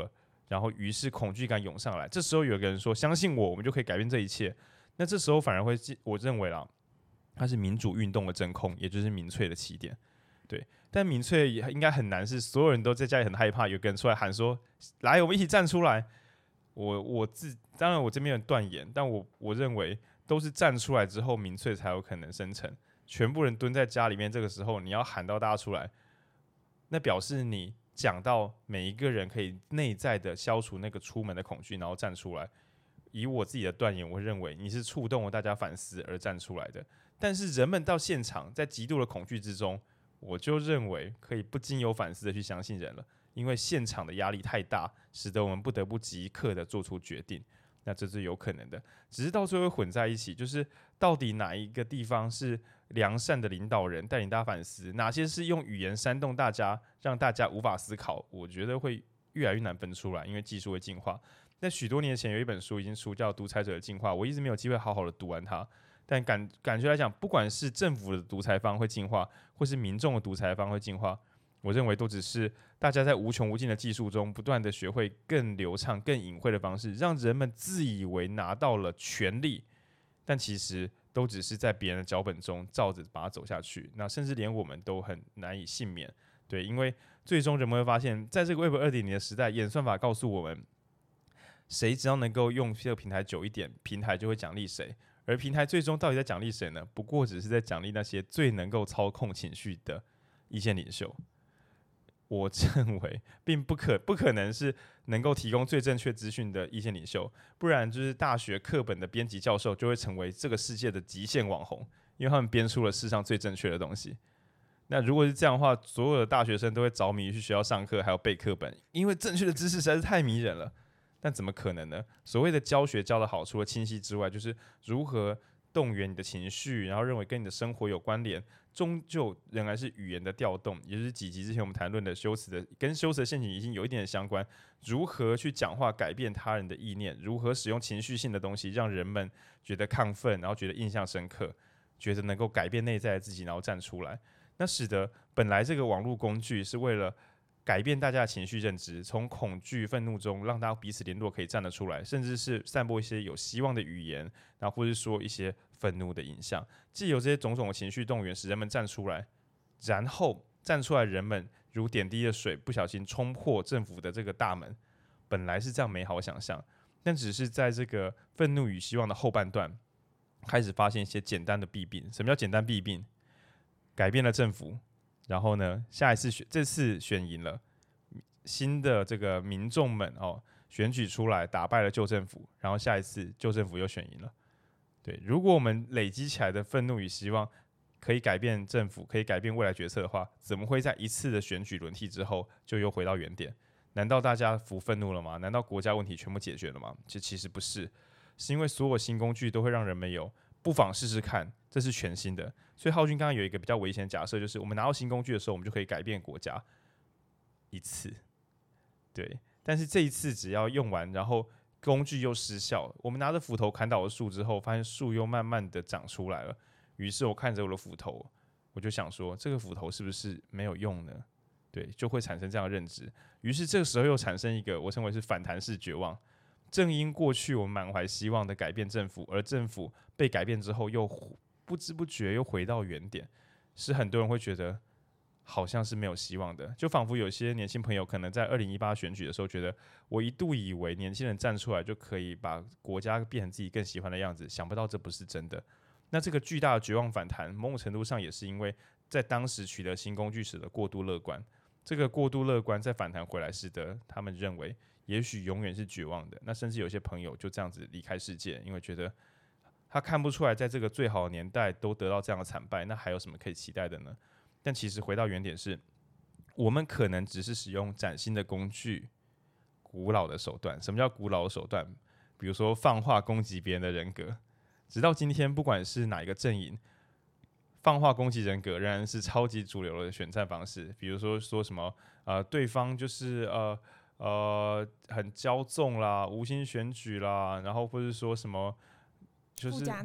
然后于是恐惧感涌上来。这时候有个人说：“相信我，我们就可以改变这一切。”那这时候反而会，我认为啦，它是民主运动的真空，也就是民粹的起点。对，但民粹也应该很难是所有人都在家里很害怕，有个人出来喊说：“来，我们一起站出来。”我我自当然我这边有断言，但我我认为都是站出来之后，民粹才有可能生成。全部人蹲在家里面，这个时候你要喊到大家出来，那表示你讲到每一个人可以内在的消除那个出门的恐惧，然后站出来。以我自己的断言，我认为你是触动了大家反思而站出来的。但是人们到现场，在极度的恐惧之中，我就认为可以不经由反思的去相信人了，因为现场的压力太大，使得我们不得不即刻的做出决定。那这是有可能的，只是到最后会混在一起，就是到底哪一个地方是良善的领导人带领大家反思，哪些是用语言煽动大家，让大家无法思考，我觉得会越来越难分出来，因为技术会进化。在许多年前有一本书已经出叫《独裁者的进化》，我一直没有机会好好的读完它。但感感觉来讲，不管是政府的独裁方会进化，或是民众的独裁方会进化，我认为都只是大家在无穷无尽的技术中，不断的学会更流畅、更隐晦的方式，让人们自以为拿到了权力，但其实都只是在别人的脚本中照着把它走下去。那甚至连我们都很难以幸免。对，因为最终人们会发现，在这个 Web 二点零 的时代，演算法告诉我们，谁只要能够用这个平台久一点，平台就会奖励谁。而平台最终到底在奖励谁呢？不过只是在奖励那些最能够操控情绪的意见领袖。我认为并不可不可能是能够提供最正确资讯的意见领袖，不然就是大学课本的编辑教授就会成为这个世界的极限网红，因为他们编出了世上最正确的东西。那如果是这样的话，所有的大学生都会着迷去学校上课，还有背课本，因为正确的知识实在是太迷人了。但怎么可能呢？所谓的教学教得好，除了清晰之外，就是如何动员你的情绪，然后认为跟你的生活有关联，终究仍然是语言的调动，也就是几集之前我们谈论的修辞的，跟修辞的陷阱已经有一点点相关。如何去讲话改变他人的意念，如何使用情绪性的东西，让人们觉得亢奋，然后觉得印象深刻，觉得能够改变内在的自己，然后站出来，那使得本来这个网络工具是为了改变大家的情绪认知，从恐惧、愤怒中让大家彼此联络可以站得出来，甚至是散播一些有希望的语言，然后或是说一些愤怒的影像，藉由这些种种的情绪动员，使人们站出来，然后站出来，人们如点滴的水，不小心冲破政府的这个大门。本来是这样美好想象，但只是在这个愤怒与希望的后半段，开始发现一些简单的弊病。什么叫简单弊病？改变了政府。然后呢，下一次选这次选赢了，新的这个民众们哦选举出来打败了旧政府，然后下一次旧政府又选赢了。对，如果我们累积起来的愤怒与希望可以改变政府，可以改变未来决策的话，怎么会在一次的选举轮替之后就又回到原点？难道大家服愤怒了吗？难道国家问题全部解决了吗？其其实不是，是因为所有新工具都会让人们有不妨试试看，这是全新的。所以浩君刚刚有一个比较危险的假设，就是我们拿到新工具的时候，我们就可以改变国家一次。对，但是这一次只要用完，然后工具又失效，我们拿着斧头砍倒了树之后，发现树又慢慢的长出来了。于是我看着我的斧头，我就想说，这个斧头是不是没有用呢？对，就会产生这样的认知。于是这个时候又产生一个我称为是反弹式绝望。正因过去我们满怀希望的改变政府，而政府被改变之后又不知不觉又回到原点，使很多人会觉得好像是没有希望的。就仿佛有些年轻朋友可能在二零一八选举的时候觉得，我一度以为年轻人站出来就可以把国家变成自己更喜欢的样子，想不到这不是真的。那这个巨大的绝望反弹，某种程度上也是因为在当时取得新工具时的过度乐观。这个过度乐观再反弹回来，使得他们认为也许永远是绝望的。那甚至有些朋友就这样子离开世界，因为觉得他看不出来，在这个最好的年代都得到这样的惨败，那还有什么可以期待的呢？但其实回到原点是，我们可能只是使用崭新的工具、古老的手段。什么叫古老的手段？比如说放话攻击别人的人格，直到今天，不管是哪一个阵营，放话攻击人格仍然是超级主流的选战方式。比如说说什么呃，对方就是呃呃很骄纵啦，无心选举啦，然后或是说什么就是富家女。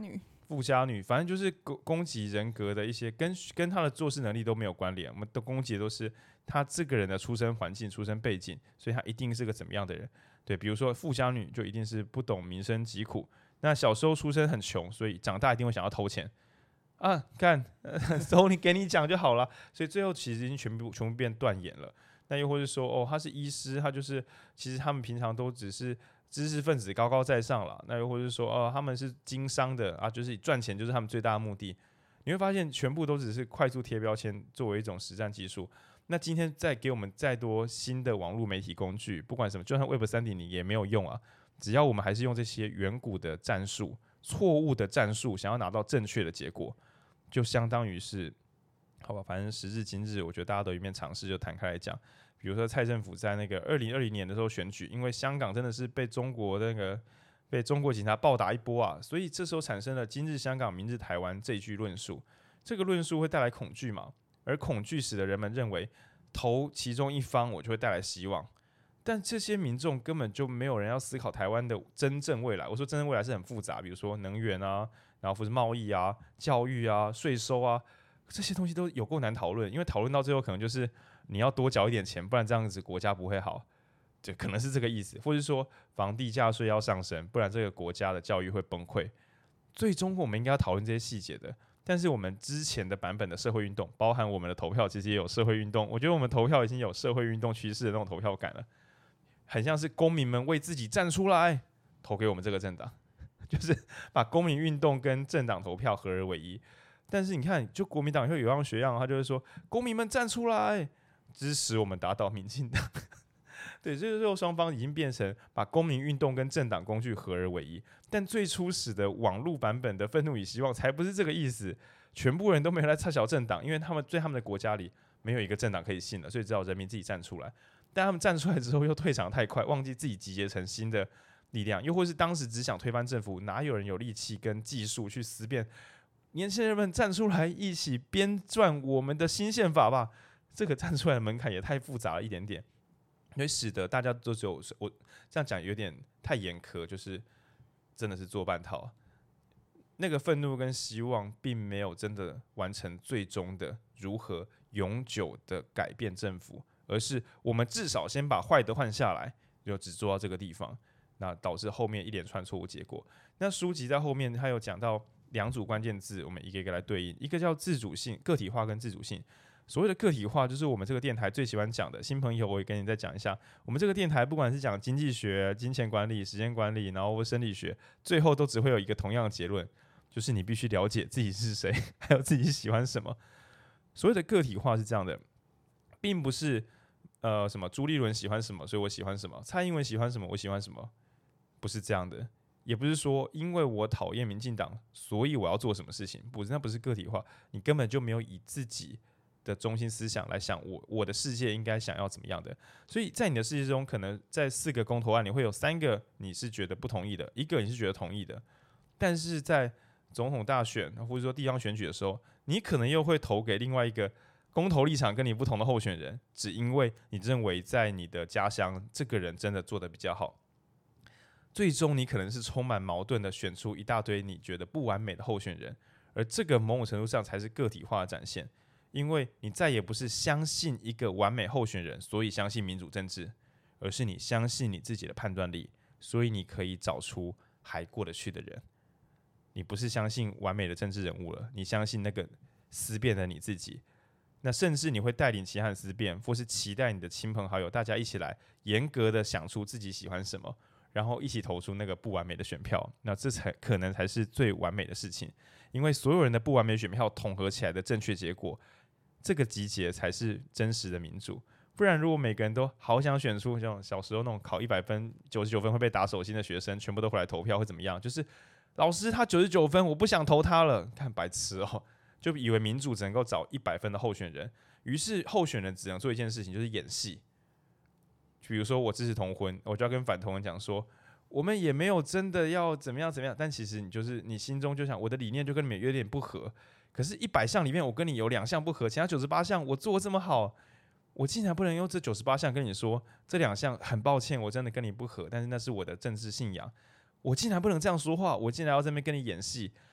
富家女，反正就是攻攻击人格的一些跟跟他的做事能力都没有关联，我们的攻击都是他这个人的出身环境、出身背景，所以他一定是个怎么样的人。对，比如说富家女就一定是不懂民生疾苦，那小时候出身很穷，所以长大一定会想要偷钱啊，干，都你给你讲就好了，所以最后其实已经全部全部变断言了。那又或是说，哦，他是医师，他就是其实他们平常都只是知识分子高高在上了。那又或是说，哦，他们是经商的啊，就是赚钱就是他们最大的目的。你会发现，全部都只是快速贴标签作为一种实战技术。那今天再给我们再多新的网络媒体工具，不管什么，就算 Web 三点零 也没有用啊。只要我们还是用这些远古的战术、错误的战术，想要拿到正确的结果，就相当于是，好吧，反正时至今日，我觉得大家都一面尝试就摊开来讲。比如说蔡政府在那个二零二零年的时候选举，因为香港真的是被中国那个被中国警察暴打一波啊，所以这时候产生了今日香港，明日台湾这一句论述。这个论述会带来恐惧嘛？而恐惧使得人们认为投其中一方我就会带来希望，但这些民众根本就没有人要思考台湾的真正未来。我说真正未来是很复杂，比如说能源啊，然后或是贸易啊、教育啊、税收啊，这些东西都有够难讨论，因为讨论到最后可能就是你要多缴一点钱，不然这样子国家不会好，就可能是这个意思，或是说房地价税要上升，不然这个国家的教育会崩溃。最终我们应该要讨论这些细节的。但是我们之前的版本的社会运动，包含我们的投票，其实也有社会运动。我觉得我们投票已经有社会运动趋势的那种投票感了，很像是公民们为自己站出来，投给我们这个政党，就是把公民运动跟政党投票合而为一。但是你看，就国民党会有样学样，他就会说公民们站出来，支持我们打倒民进党。对，所以最后双方已经变成把公民运动跟政党工具合而为一。但最初始的网络版本的愤怒与希望才不是这个意思，全部人都没有来插小政党，因为他们在他们的国家里没有一个政党可以信了，所以只好人民自己站出来。但他们站出来之后又退场太快，忘记自己集结成新的力量，又或是当时只想推翻政府，哪有人有力气跟技术去思辨？年轻人们站出来，一起编撰我们的新宪法吧！这个站出来的门槛也太复杂了一点点。所以使得大家都只有我这样讲有点太严苛，就是真的是做半套。那个愤怒跟希望并没有真的完成最终的如何永久的改变政府，而是我们至少先把坏的换下来，就只做到这个地方，那导致后面一连串错误结果。那书籍在后面他有讲到两组关键字，我们一个一个来对应，一个叫自主性、个体化跟自主性。所谓的个体化，就是我们这个电台最喜欢讲的。新朋友，我也跟你再讲一下，我们这个电台不管是讲经济学、金钱管理、时间管理，然后生理学，最后都只会有一个同样的结论，就是你必须了解自己是谁，还有自己喜欢什么。所谓的个体化是这样的，并不是呃什么朱立伦喜欢什么，所以我喜欢什么；蔡英文喜欢什么，我喜欢什么，不是这样的。也不是说因为我讨厌民进党，所以我要做什么事情，不是，那不是个体化，你根本就没有以自己的中心思想来想我我的世界应该想要怎么样的。所以在你的世界中，可能在四个公投案里会有三个你是觉得不同意的，一个你是觉得同意的，但是在总统大选或者说地方选举的时候，你可能又会投给另外一个公投立场跟你不同的候选人，只因为你认为在你的家乡这个人真的做得比较好。最终你可能是充满矛盾的选出一大堆你觉得不完美的候选人，而这个某种程度上才是个体化的展现，因为你再也不是相信一个完美候选人所以相信民主政治，而是你相信你自己的判断力，所以你可以找出还过得去的人。你不是相信完美的政治人物了，你相信那个思辨的你自己。那甚至你会带领其他人思辨，或是期待你的亲朋好友大家一起来严格的想出自己喜欢什么，然后一起投出那个不完美的选票，那这才可能才是最完美的事情，因为所有人的不完美选票统合起来的正确结果，这个集结才是真实的民主。不然如果每个人都好想选出像小时候那种考一百分九十九分会被打手心的学生全部都回来投票会怎么样？就是老师他九十九分我不想投他了，看白痴哦，就以为民主只能够找一百分的候选人，于是候选人只能做一件事情，就是演戏。比如说我支持同婚，我就要跟反同人讲说，我们也没有真的要怎么样怎么样，但其实你就是你心中就想，我的理念就跟你们有点不合，可是一百项里面我跟你有两项不合，其他九十八项我做得这么好，我竟然不能用这九十八项跟你说，这两项很抱歉，我真的跟你不合，但是那是我的政治信仰，我竟然不能这样说话，我竟然要在那边跟你演戏，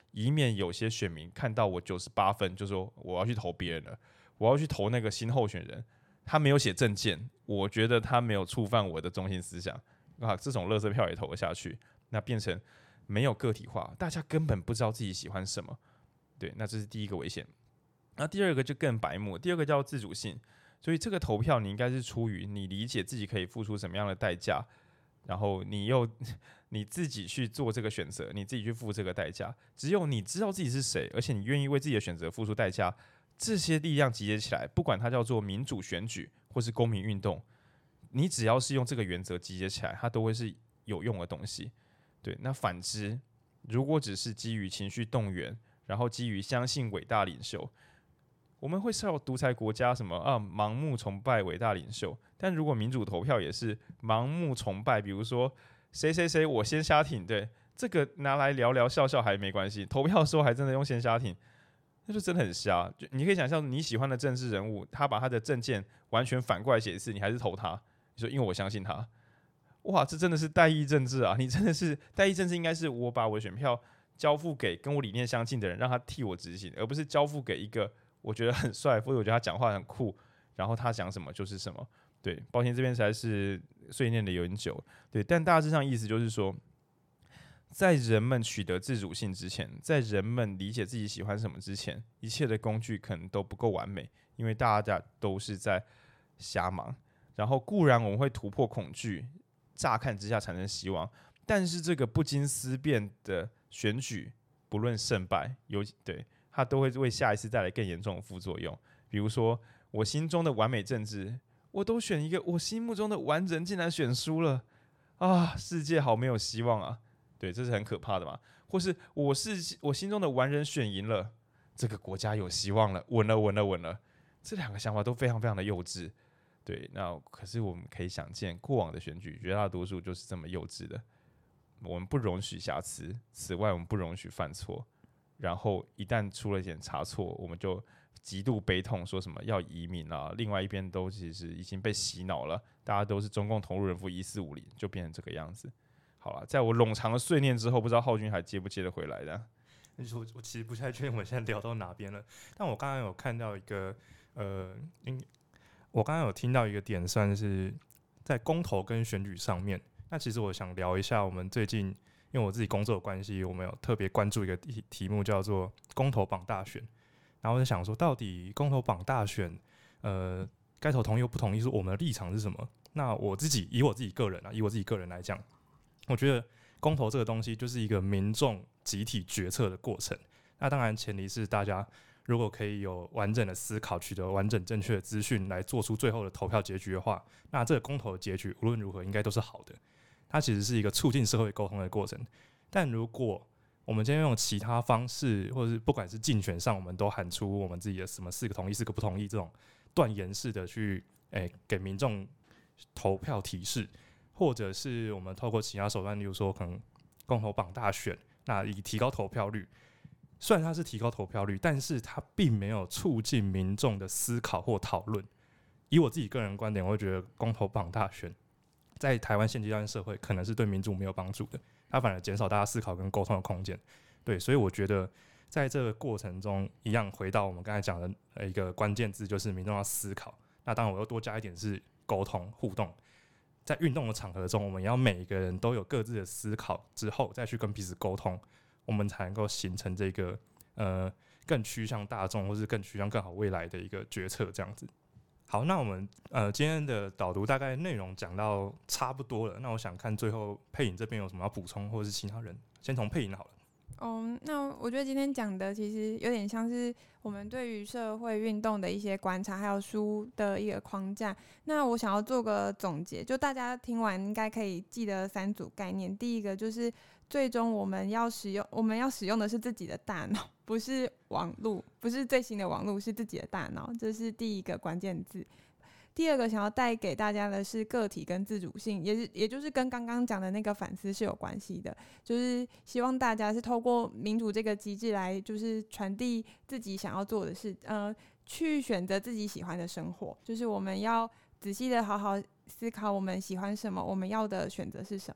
以免有些选民看到我九十八分就说我要去投别人了，我要去投那个新候选人，他没有写政见，我觉得他没有触犯我的中心思想啊，这种垃圾票也投了下去，那变成没有个体化，大家根本不知道自己喜欢什么。对，那这是第一个危险。那第二个就更白目，第二个叫自主性。所以这个投票你应该是出于你理解自己可以付出什么样的代价，然后你又你自己去做这个选择，你自己去付这个代价。只有你知道自己是谁，而且你愿意为自己的选择付出代价，这些力量集结起来，不管它叫做民主选举或是公民运动，你只要是用这个原则集结起来，它都会是有用的东西。对，那反之，如果只是基于情绪动员，然后基于相信伟大领袖，我们会受到独裁国家什么啊，盲目崇拜伟大领袖。但如果民主投票也是盲目崇拜，比如说谁谁谁我先瞎挺，对，这个拿来聊聊笑笑还没关系，投票的时候还真的用先瞎挺，那就真的很瞎。就你可以想象你喜欢的政治人物，他把他的政见完全反过来写一次，你还是投他，你说因为我相信他，哇，这真的是代议政治啊！你真的是代议政治，应该是我把我的选票交付给跟我理念相近的人，让他替我执行，而不是交付给一个我觉得很帅，或者我觉得他讲话很酷，然后他讲什么就是什么。对，抱歉这边实在是碎念的有点久。对，但大致上意思就是说，在人们取得自主性之前，在人们理解自己喜欢什么之前，一切的工具可能都不够完美，因为大家都是在瞎忙。然后固然我们会突破恐惧，乍看之下产生希望，但是这个不经思辨的选举，不论胜败，有对它都会为下一次带来更严重的副作用。比如说，我心中的完美政治，我都选一个我心目中的完人，竟然选输了啊！世界好没有希望啊！对，这是很可怕的嘛。或是我是我心中的完人选赢了，这个国家有希望了，稳了，稳了，稳了。这两个想法都非常非常的幼稚。对，那可是我们可以想见，过往的选举绝大多数就是这么幼稚的。我们不容许瑕疵，此外我们不容许犯错。然后一旦出了一点差错，我们就极度悲痛，说什么要移民啊。另外一边都其实已经被洗脑了，大家都是中共同路人夫一四五零，就变成这个样子。好了，在我冗长的碎念之后，不知道浩君还接不接得回来的？ 我我其实不太确定我现在聊到哪边了，但我刚刚有看到一个呃，我刚刚有听到一个点，算是在公投跟选举上面。那其实我想聊一下，我们最近因为我自己工作的关系，我们有特别关注一个题题目，叫做公投榜大选。然后我就想说，到底公投榜大选，呃，该投同意或不同意，是我们的立场是什么？那我自己以我自己个人啊，以我自己个人来讲，我觉得公投这个东西就是一个民众集体决策的过程。那当然前提是大家如果可以有完整的思考，取得完整正确的资讯来做出最后的投票结局的话，那这个公投的结局无论如何应该都是好的。它其实是一个促进社会沟通的过程。但如果我们今天用其他方式，或者是不管是竞选上，我们都喊出我们自己的什么四个同意、四个不同意这种断言式的去、欸、给民众投票提示，或者是我们透过其他手段，例如说可能公投榜大选，那以提高投票率。虽然它是提高投票率，但是它并没有促进民众的思考或讨论。以我自己个人观点，我会觉得公投榜大选在台湾现阶段社会可能是对民主没有帮助的，它反而减少大家思考跟沟通的空间。对，所以我觉得在这个过程中，一样回到我们刚才讲的一个关键字，就是民众要思考。那当然，我又多加一点是沟通互动。在运动的场合中，我们要每一个人都有各自的思考之后，再去跟彼此沟通。我们才能够形成这个呃更趋向大众，或是更趋向更好未来的一个决策，这样子。好，那我们呃今天的导读大概内容讲到差不多了，那我想看最后佩颖这边有什么要补充，或者是其他人，先从佩颖好了。 哦，那我觉得今天讲的其实有点像是我们对于社会运动的一些观察，还有书的一个框架。那我想要做个总结，就大家听完应该可以记得三组概念。第一个就是最终我们要使用，我们要使用的是自己的大脑，不是网络，不是最新的网络，是自己的大脑，这是第一个关键字。第二个想要带给大家的是个体跟自主性，也是也就是跟刚刚讲的那个反思是有关系的，就是希望大家是透过民主这个机制来，就是传递自己想要做的事，呃，去选择自己喜欢的生活，就是我们要仔细的好好思考我们喜欢什么，我们要的选择是什么，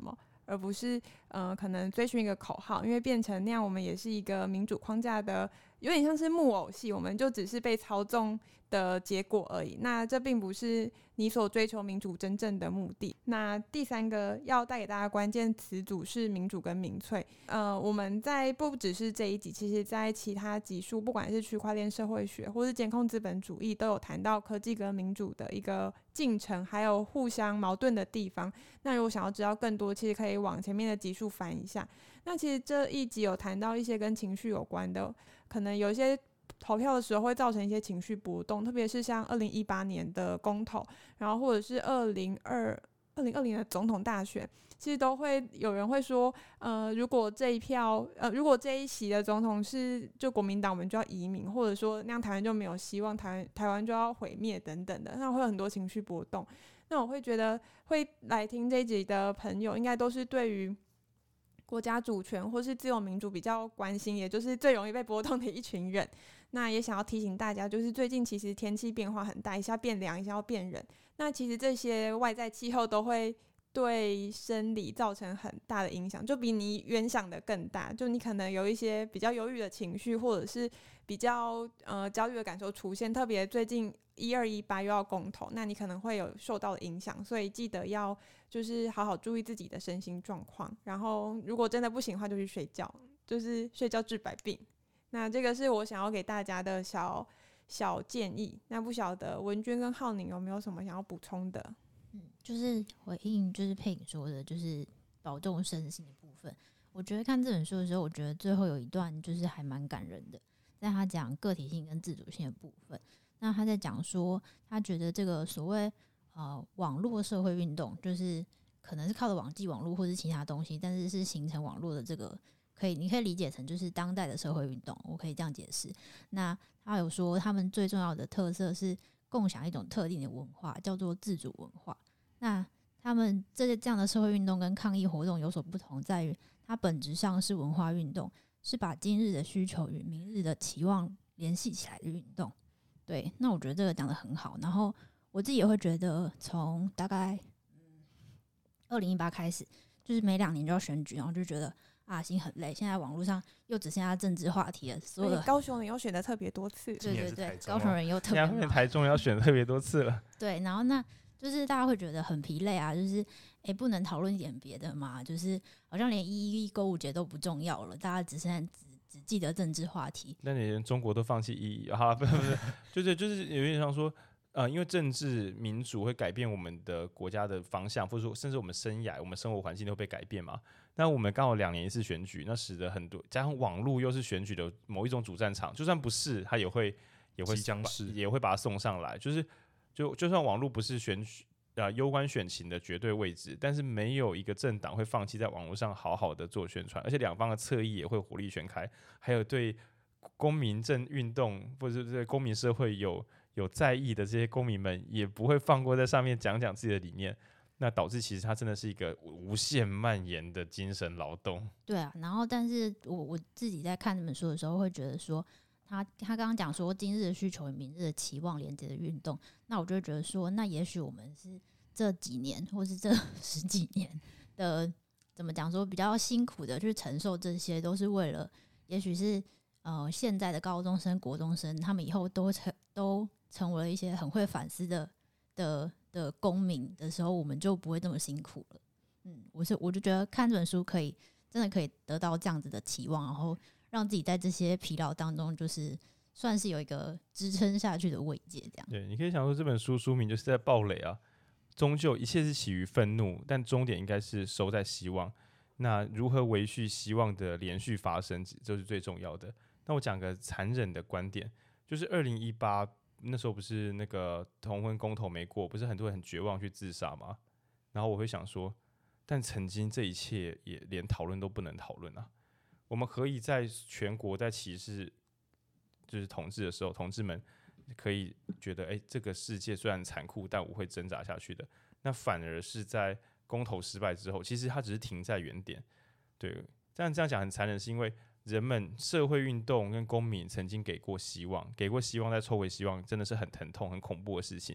而不是呃可能追寻一个口号，因为变成那样我们也是一个民主框架的，有点像是木偶戏，我们就只是被操纵的结果而已。那这并不是你所追求民主真正的目的。那第三个要带给大家关键词组是民主跟民粹。呃，我们在不只是这一集，其实在其他集数，不管是区块链社会学或是监控资本主义，都有谈到科技跟民主的一个进程，还有互相矛盾的地方。那如果想要知道更多，其实可以往前面的集数翻一下。那其实这一集有谈到一些跟情绪有关的，可能有一些投票的时候会造成一些情绪波动，特别是像二零一八年的公投，然后或者是二零二二零二零的总统大选，其实都会有人会说，呃，如果这一票，呃，如果这一席的总统是就国民党，我们就要移民，或者说那样台湾就没有希望，台湾台湾就要毁灭等等的，那会有很多情绪波动。那我会觉得会来听这一集的朋友，应该都是对于国家主权或是自由民主比较关心，也就是最容易被波动的一群人。那也想要提醒大家，就是最近其实天气变化很大，一下变凉，一下要变冷。那其实这些外在气候都会对生理造成很大的影响，就比你原想的更大。就你可能有一些比较忧郁的情绪，或者是比较呃焦虑的感受出现。特别最近一二一八又要公投，那你可能会有受到的影响，所以记得要就是好好注意自己的身心状况。然后如果真的不行的话，就去睡觉，就是睡觉治百病。那这个是我想要给大家的小小建议。那不晓得文娟跟浩宁有没有什么想要补充的？ 嗯，就是回应就是佩颖说的，就是保重身心的部分。我觉得看这本书的时候，我觉得最后有一段就是还蛮感人的，在他讲个体性跟自主性的部分。那他在讲说，他觉得这个所谓呃网络社会运动，就是可能是靠着网际网络或是其他东西，但是是形成网络的这个。可以，你可以理解成就是当代的社会运动，我可以这样解释。那他有说，他们最重要的特色是共享一种特定的文化，叫做自主文化。那他们这些这样的社会运动跟抗议活动有所不同，在于它本质上是文化运动，是把今日的需求与明日的期望联系起来的运动。对，那我觉得这个讲得很好。然后我自己也会觉得，从大概二零一八开始，就是每两年就要选举，然后就觉得。啊，心很累。现在网络上又只剩下政治话题了，所有的高雄人又选的特别多次， 对对对，高雄人又特别后面台中要选特别多次了。 对，然后那就是大家会觉得很疲累啊，就是哎、欸，不能讨论一点别的嘛，就是好像连一一购物节都不重要了，大家只剩下只只记得政治话题。 那你连中国都放弃意义啊？不是不是，就是就是有点像说。呃，因为政治民主会改变我们的国家的方向，或者说甚至我们生涯、我们生活环境都会被改变嘛。那我们刚好两年一次选举，那使得很多加上网络又是选举的某一种主战场，就算不是，它也会也会即将是也会把它送上来。就是就就算网络不是选举呃攸关选情的绝对位置，但是没有一个政党会放弃在网络上好好的做宣传，而且两方的侧翼也会火力全开，还有对公民政运动或者是对公民社会有。有在意的这些公民们也不会放过在上面讲讲自己的理念，那导致其实它真的是一个无限蔓延的精神劳动。 对啊，然后但是我我自己在看这本书的时候会觉得说，他他刚刚讲说今日的需求与明日的期望连接的运动，那我就会觉得说，那也许我们是这几年或是这十几年的怎么讲说比较辛苦的去承受这些，都是为了也许是呃现在的高中生、国中生，他们以后都成都。成为了一些很会反思的的的公民的时候，我们就不会这么辛苦了。嗯，我是我就觉得看这本书可以真的可以得到这样子的期望，然后让自己在这些疲劳当中，就是算是有一个支撑下去的慰藉。这样， 对，你可以想说这本书书名就是在爆雷啊，终究一切是起于愤怒，但终点应该是收在希望。那如何维续希望的连续发生，这是最重要的。那我讲个残忍的观点，就是二零一八。那时候不是那个同婚公投没过，不是很多人很绝望去自杀吗？然后我会想说，但曾经这一切也连讨论都不能讨论啊！我们可以在全国在歧视就是统治的时候，同志们可以觉得，哎、欸，这个世界虽然残酷，但我会挣扎下去的。那反而是在公投失败之后，其实它只是停在原点。对，这样这样讲很残忍，是因为。人们社会运动跟公民曾经给过希望，给过希望再抽回希望，真的是很疼痛、很恐怖的事情。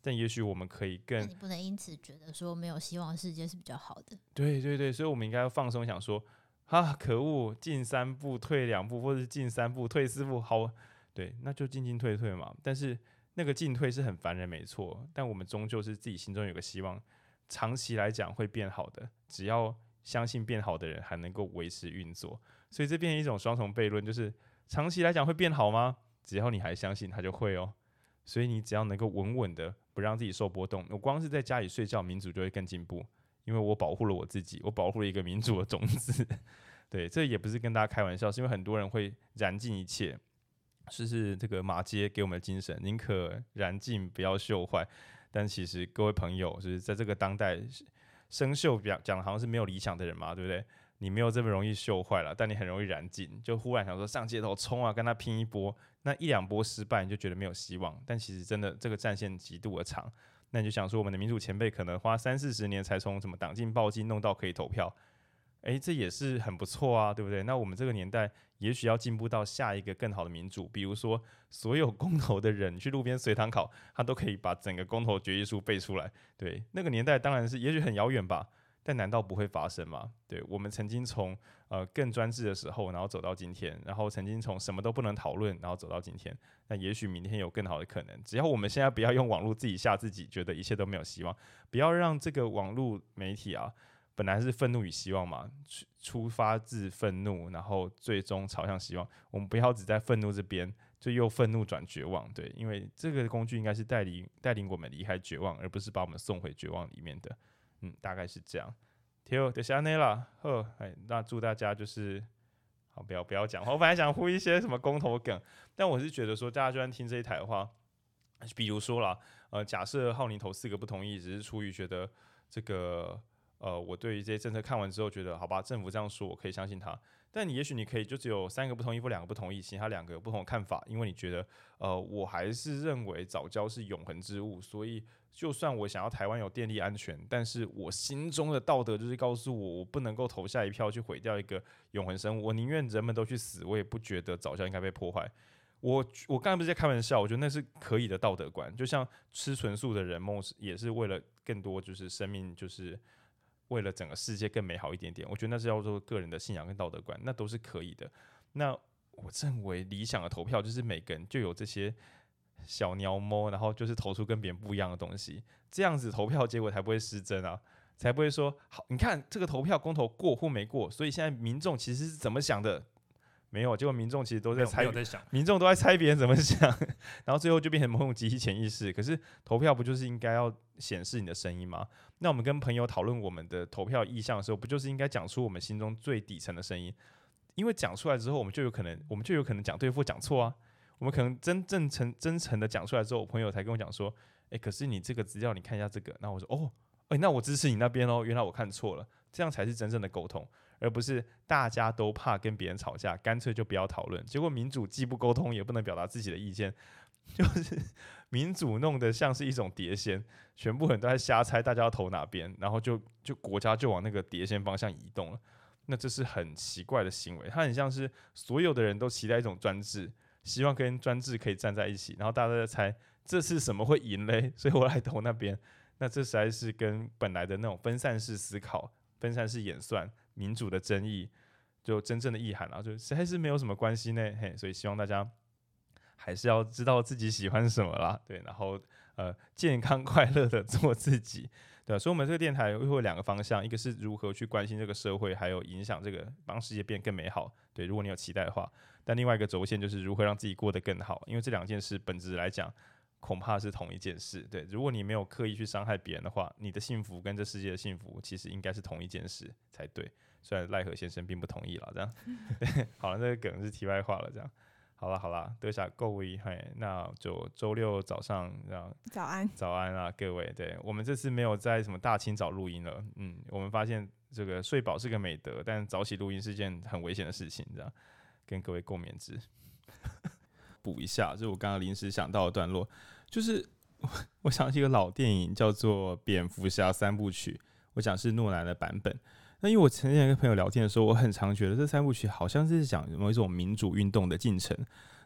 但也许我们可以更…… 你不能因此觉得说没有希望的世界是比较好的。 对对对，所以我们应该要放松，想说啊，可恶，进三步退两步，或者是进三步退四步，好，对，那就进进退退嘛。但是那个进退是很烦人，没错，但我们终究是自己心中有个希望，长期来讲会变好的，只要相信变好的人还能够维持运作，所以这变成一种双重悖论，就是长期来讲会变好吗？只要你还相信，它就会哦。所以你只要能够稳稳的不让自己受波动，我光是在家里睡觉，民主就会更进步，因为我保护了我自己，我保护了一个民主的种子。对，这也不是跟大家开玩笑，是因为很多人会燃尽一切，就是这个马街给我们的精神，宁可燃尽不要锈坏。但其实各位朋友，就是在这个当代，生锈讲的好像是没有理想的人嘛，对不对？你没有这么容易锈坏了，但你很容易燃尽，就忽然想说上街头冲啊，跟他拼一波，那一两波失败你就觉得没有希望，但其实真的这个战线极度的长，那你就想说我们的民主前辈可能花三四十年才从什么党禁报禁弄到可以投票，哎，这也是很不错啊，对不对？那我们这个年代也许要进步到下一个更好的民主，比如说所有公投的人去路边随堂考，他都可以把整个公投决议书背出来。对，那个年代当然是也许很遥远吧，但难道不会发生吗？对，我们曾经从呃更专制的时候，然后走到今天，然后曾经从什么都不能讨论，然后走到今天。那也许明天有更好的可能，只要我们现在不要用网络自己吓自己，觉得一切都没有希望，不要让这个网络媒体啊。本来是愤怒与希望嘛，出发自愤怒，然后最终朝向希望。我们不要只在愤怒这边，就又愤怒转绝望，对，因为这个工具应该是带领带领我们离开绝望，而不是把我们送回绝望里面的。嗯，大概是这样。好，就是安内啦。好，哎，那祝大家就是好，不要不要讲话。我本来想呼一些什么公投梗，但我是觉得说，大家就算听这一台的话，比如说啦，呃，假设浩宁投四个不同意，只是出于觉得这个。呃，我对于这些政策看完之后，觉得好吧，政府这样说，我可以相信他。但你也许你可以就只有三个不同意或两个不同意，其他两个有不同的看法，因为你觉得，呃，我还是认为早教是永恒之物，所以就算我想要台湾有电力安全，但是我心中的道德就是告诉我，我不能够投下一票去毁掉一个永恒生物，我宁愿人们都去死，我也不觉得早教应该被破坏。我我刚才不是在开玩笑，我觉得那是可以的道德观，就像吃纯素的人们也是为了更多就是生命就是。为了整个世界更美好一点点，我觉得那是叫做个人的信仰跟道德观，那都是可以的。那我认为理想的投票就是每个人就有这些小鸟摸，然后就是投出跟别人不一样的东西，这样子投票结果才不会失真啊，才不会说好，你看这个投票公投过或没过，所以现在民众其实是怎么想的？没有，结果民众其实都在猜， 在想民众都在猜别人怎么想，然后最后就变成某种集体潜意识。可是投票不就是应该要显示你的声音吗？那我们跟朋友讨论我们的投票意向的时候，不就是应该讲出我们心中最底层的声音？因为讲出来之后，我们就有可能，我们就有可能讲对或讲错啊。我们可能真正诚真诚的讲出来之后，我朋友才跟我讲说，哎、欸，可是你这个资料你看一下这个，然后我说哦，哎、欸，那我支持你那边哦，原来我看错了，这样才是真正的沟通。而不是大家都怕跟别人吵架，干脆就不要讨论。结果民主既不沟通，也不能表达自己的意见，就是民主弄得像是一种碟仙，全部人都在瞎猜大家要投哪边，然后就就国家就往那个碟仙方向移动了。那这是很奇怪的行为，它很像是所有的人都期待一种专制，希望跟专制可以站在一起，然后大家都在猜这次什么会赢嘞，所以我来投那边。那这实在是跟本来的那种分散式思考、分散式演算。民主的争议，就真正的意涵啊，就实在是没有什么关系呢。嘿，所以希望大家还是要知道自己喜欢什么啦，对，然后呃健康快乐的做自己，对、啊。所以我们这个电台会有两个方向，一个是如何去关心这个社会，还有影响这个，帮世界变更美好。对，如果你有期待的话，但另外一个轴线就是如何让自己过得更好，因为这两件事本质来讲。恐怕是同一件事，对。如果你没有刻意去伤害别人的话，你的幸福跟这世界的幸福其实应该是同一件事才对。虽然赖和先生并不同意啦，这样。对，好了，这个梗是题外话了，这样。好了好了，多谢各位，嘿，那就周六早上这样。 早安， 早安啊，各位。对，我们这次没有在什么大清早录音了，嗯，我们发现这个睡饱是个美德，但早起录音是件很危险的事情，这样跟各位共勉之。补一下，就是我刚刚临时想到的段落，就是我想起一个老电影叫做《蝙蝠侠三部曲》，我讲是诺兰的版本。那因为我曾经跟朋友聊天的时候，我很常觉得这三部曲好像是讲某一种民主运动的进程。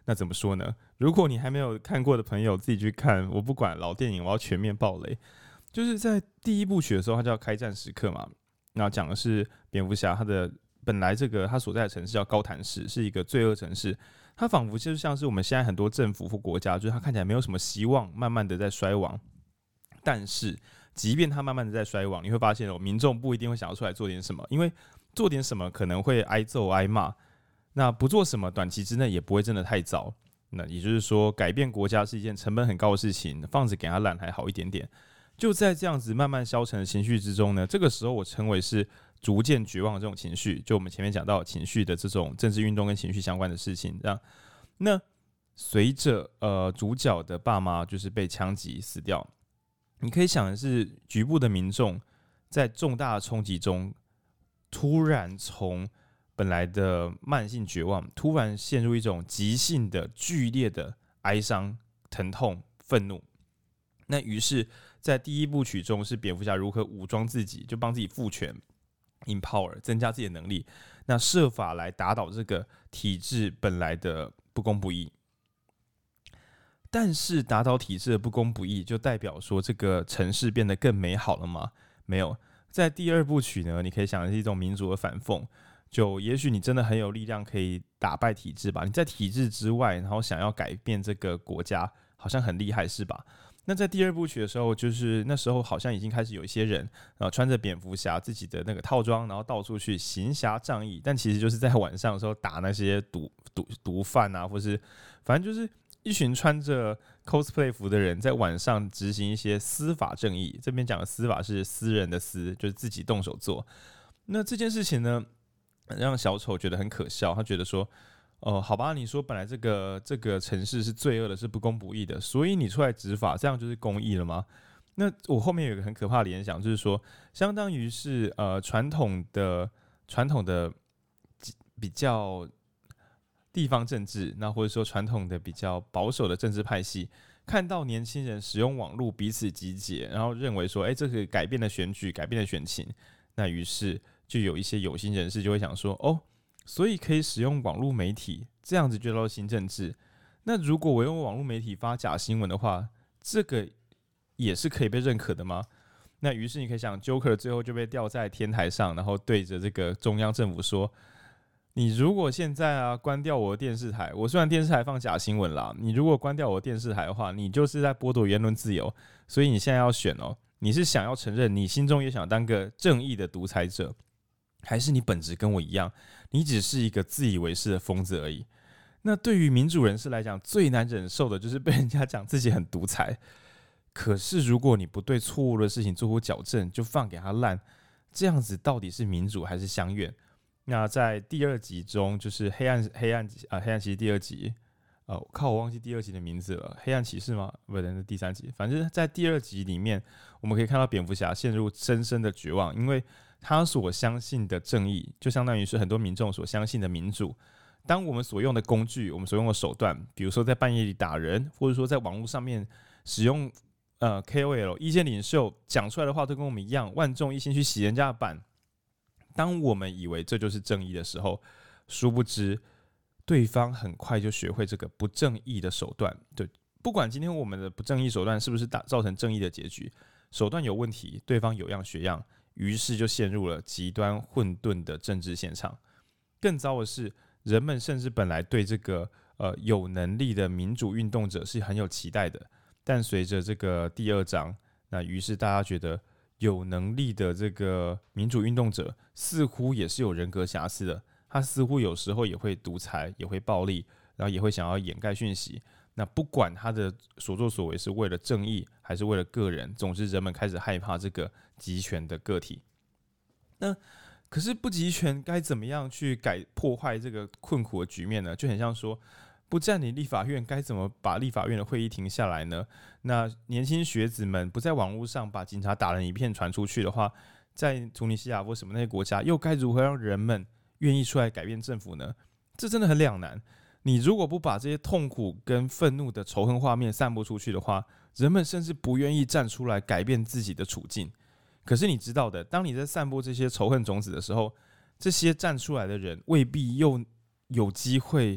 那怎么说呢？如果你还没有看过的朋友，自己去看。我不管老电影，我要全面爆雷。就是在第一部曲的时候，它叫开战时刻嘛，那讲的是蝙蝠侠他的本来这个他所在的城市叫高谭市，是一个罪恶城市。它仿佛就像是我们现在很多政府或国家，就是它看起来没有什么希望，慢慢的在衰亡。但是，即便它慢慢的在衰亡，你会发现哦，民众不一定会想要出来做点什么，因为做点什么可能会挨揍挨骂。那不做什么，短期之内也不会真的太糟。那也就是说，改变国家是一件成本很高的事情，放着给它烂还好一点点。就在这样子慢慢消沉的情绪之中呢，这个时候我称为是逐渐绝望的这种情绪。就我们前面讲到情绪的这种政治运动跟情绪相关的事情，这样。那随着呃主角的爸妈就是被枪击死掉，你可以想的是，局部的民众在重大的冲击中，突然从本来的慢性绝望，突然陷入一种急性的、剧烈的哀伤、疼痛、愤怒。那于是，在第一部曲中，是蝙蝠侠如何武装自己，就帮自己赋权 ，empower， 增加自己的能力，那设法来打倒这个体制本来的不公不义。但是，打倒体制的不公不义，就代表说这个城市变得更美好了吗？没有。在第二部曲呢，你可以想的是一种民主的反讽。就也许你真的很有力量，可以打败体制吧？你在体制之外，然后想要改变这个国家，好像很厉害，是吧？那在第二部曲的时候，就是那时候好像已经开始有一些人，呃，穿着蝙蝠侠自己的那个套装，然后到处去行侠仗义，但其实就是在晚上的时候打那些毒毒毒贩啊，或是反正就是一群穿着 cosplay 服的人，在晚上执行一些司法正义。这边讲的司法是私人的私，就是自己动手做。那这件事情呢，让小丑觉得很可笑，他觉得说，哦，好吧，你说本来这个这个城市是罪恶的，是不公不义的，所以你出来执法，这样就是公义了吗？那我后面有一个很可怕的联想，就是说，相当于是呃传统的传统的比较地方政治，那或者说传统的比较保守的政治派系，看到年轻人使用网络彼此集结，然后认为说，哎，这个改变了选举，改变了选情，那于是就有一些有心人士就会想说，哦。所以可以使用网络媒体，这样子就叫做新政治。那如果我用网络媒体发假新闻的话，这个也是可以被认可的吗？那于是你可以想 ，Joker 最后就被吊在天台上，然后对着这个中央政府说：“你如果现在啊关掉我的电视台，我虽然电视台放假新闻啦，你如果关掉我的电视台的话，你就是在剥夺言论自由。所以你现在要选哦，你是想要承认你心中也想当个正义的独裁者？”还是你本质跟我一样，你只是一个自以为是的疯子而已。那对于民主人士来讲，最难忍受的就是被人家讲自己很独裁。可是如果你不对错误的事情做出矫正，就放给他烂，这样子到底是民主还是相怨？那在第二集中，就是黑暗黑暗啊黑暗骑士第二集，呃，靠，我忘记第二集的名字了，黑暗骑士吗？不对，那是第三集。反正在第二集里面，我们可以看到蝙蝠侠陷入深深的绝望，因为他所相信的正义，就相当于是很多民众所相信的民主。当我们所用的工具，我们所用的手段，比如说在半夜里打人，或者说在网络上面使用呃 K O L 意见领袖讲出来的话都跟我们一样，万众一心去洗人家的版。当我们以为这就是正义的时候，殊不知对方很快就学会这个不正义的手段。对，不管今天我们的不正义手段是不是造成正义的结局，手段有问题，对方有样学样。于是就陷入了极端混沌的政治现场。更糟的是，人们甚至本来对这个呃有能力的民主运动者是很有期待的，但随着这个第二章，那于是大家觉得有能力的这个民主运动者似乎也是有人格瑕疵的，他似乎有时候也会独裁，也会暴力，然后也会想要掩盖讯息。那不管他的所作所为是为了正义还是为了个人，总之人们开始害怕这个集权的个体。那可是不集权该怎么样去改破坏这个困苦的局面呢？就很像说，不占领立法院该怎么把立法院的会议停下来呢？那年轻学子们不在网络上把警察打人影片传出去的话，在突尼西亚或什么那些国家，又该如何让人们愿意出来改变政府呢？这真的很两难。你如果不把这些痛苦跟愤怒的仇恨画面散播出去的话，人们甚至不愿意站出来改变自己的处境。可是你知道的，当你在散播这些仇恨种子的时候，这些站出来的人未必又有机会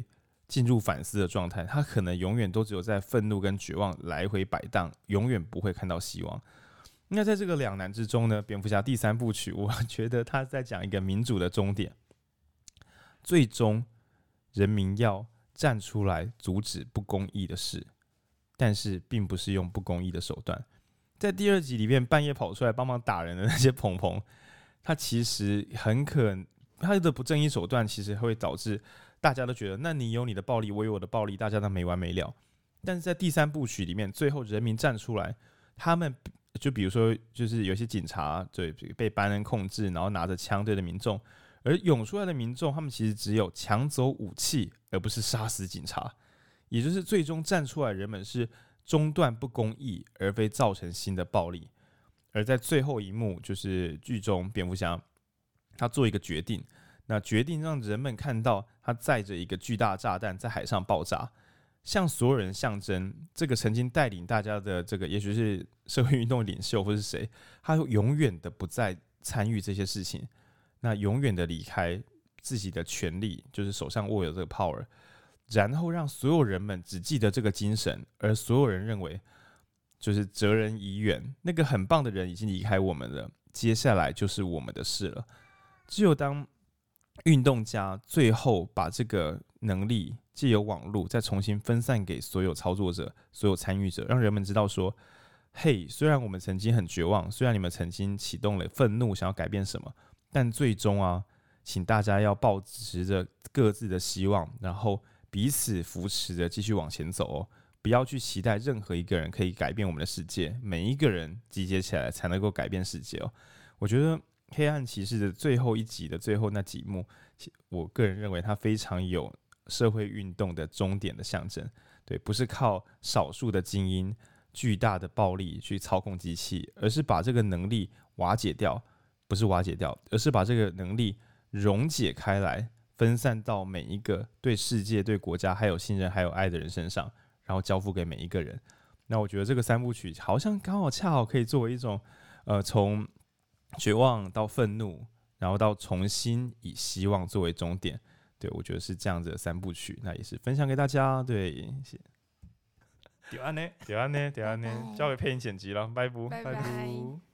进入反思的状态，他可能永远都只有在愤怒跟绝望来回摆荡，永远不会看到希望。那在这个两难之中呢，蝙蝠侠第三部曲，我觉得他在讲一个民主的终点，最终人民要站出来阻止不公义的事，但是并不是用不公义的手段。在第二集里面，半夜跑出来帮忙打人的那些鹏鹏，他其实很可能他的不正义手段其实会导致大家都觉得，那你有你的暴力，我有我的暴力，大家都没完没了。但是在第三部曲里面，最后人民站出来，他们就比如说，就是有些警察对被班恩控制，然后拿着枪对着民众，而涌出来的民众，他们其实只有抢走武器，而不是杀死警察。也就是最终站出来的人们是中断不公义，而非造成新的暴力。而在最后一幕，就是剧中蝙蝠侠他做一个决定，那决定让人们看到他载着一个巨大炸弹在海上爆炸，向所有人象征这个曾经带领大家的这个，也许是社会运动领袖或是谁，他永远的不再参与这些事情，那永远的离开自己的权利，就是手上握有这个 power， 然后让所有人们只记得这个精神，而所有人认为就是哲人已远，那个很棒的人已经离开我们了，接下来就是我们的事了。只有当运动家最后把这个能力借由网络再重新分散给所有操作者、所有参与者，让人们知道说，嘿，虽然我们曾经很绝望，虽然你们曾经启动了愤怒想要改变什么，但最终啊，请大家要抱持着各自的希望，然后彼此扶持着继续往前走哦，不要去期待任何一个人可以改变我们的世界，每一个人集结起来才能够改变世界哦。我觉得黑暗骑士的最后一集的最后那几幕，我个人认为它非常有社会运动的终点的象征。对，不是靠少数的精英巨大的暴力去操控机器，而是把这个能力瓦解掉，不是瓦解掉，而是把这个能力溶解开来，分散到每一个对世界、对国家还有信任、还有爱的人身上，然后交付给每一个人。那我觉得这个三部曲好像刚好恰好可以作为一种，呃，从绝望到愤怒，然后到重新以希望作为终点。对，我觉得是这样子的三部曲，那也是分享给大家。对， 就安呢， 就安呢，就安呢，交给配音剪辑了，拜拜， 拜拜。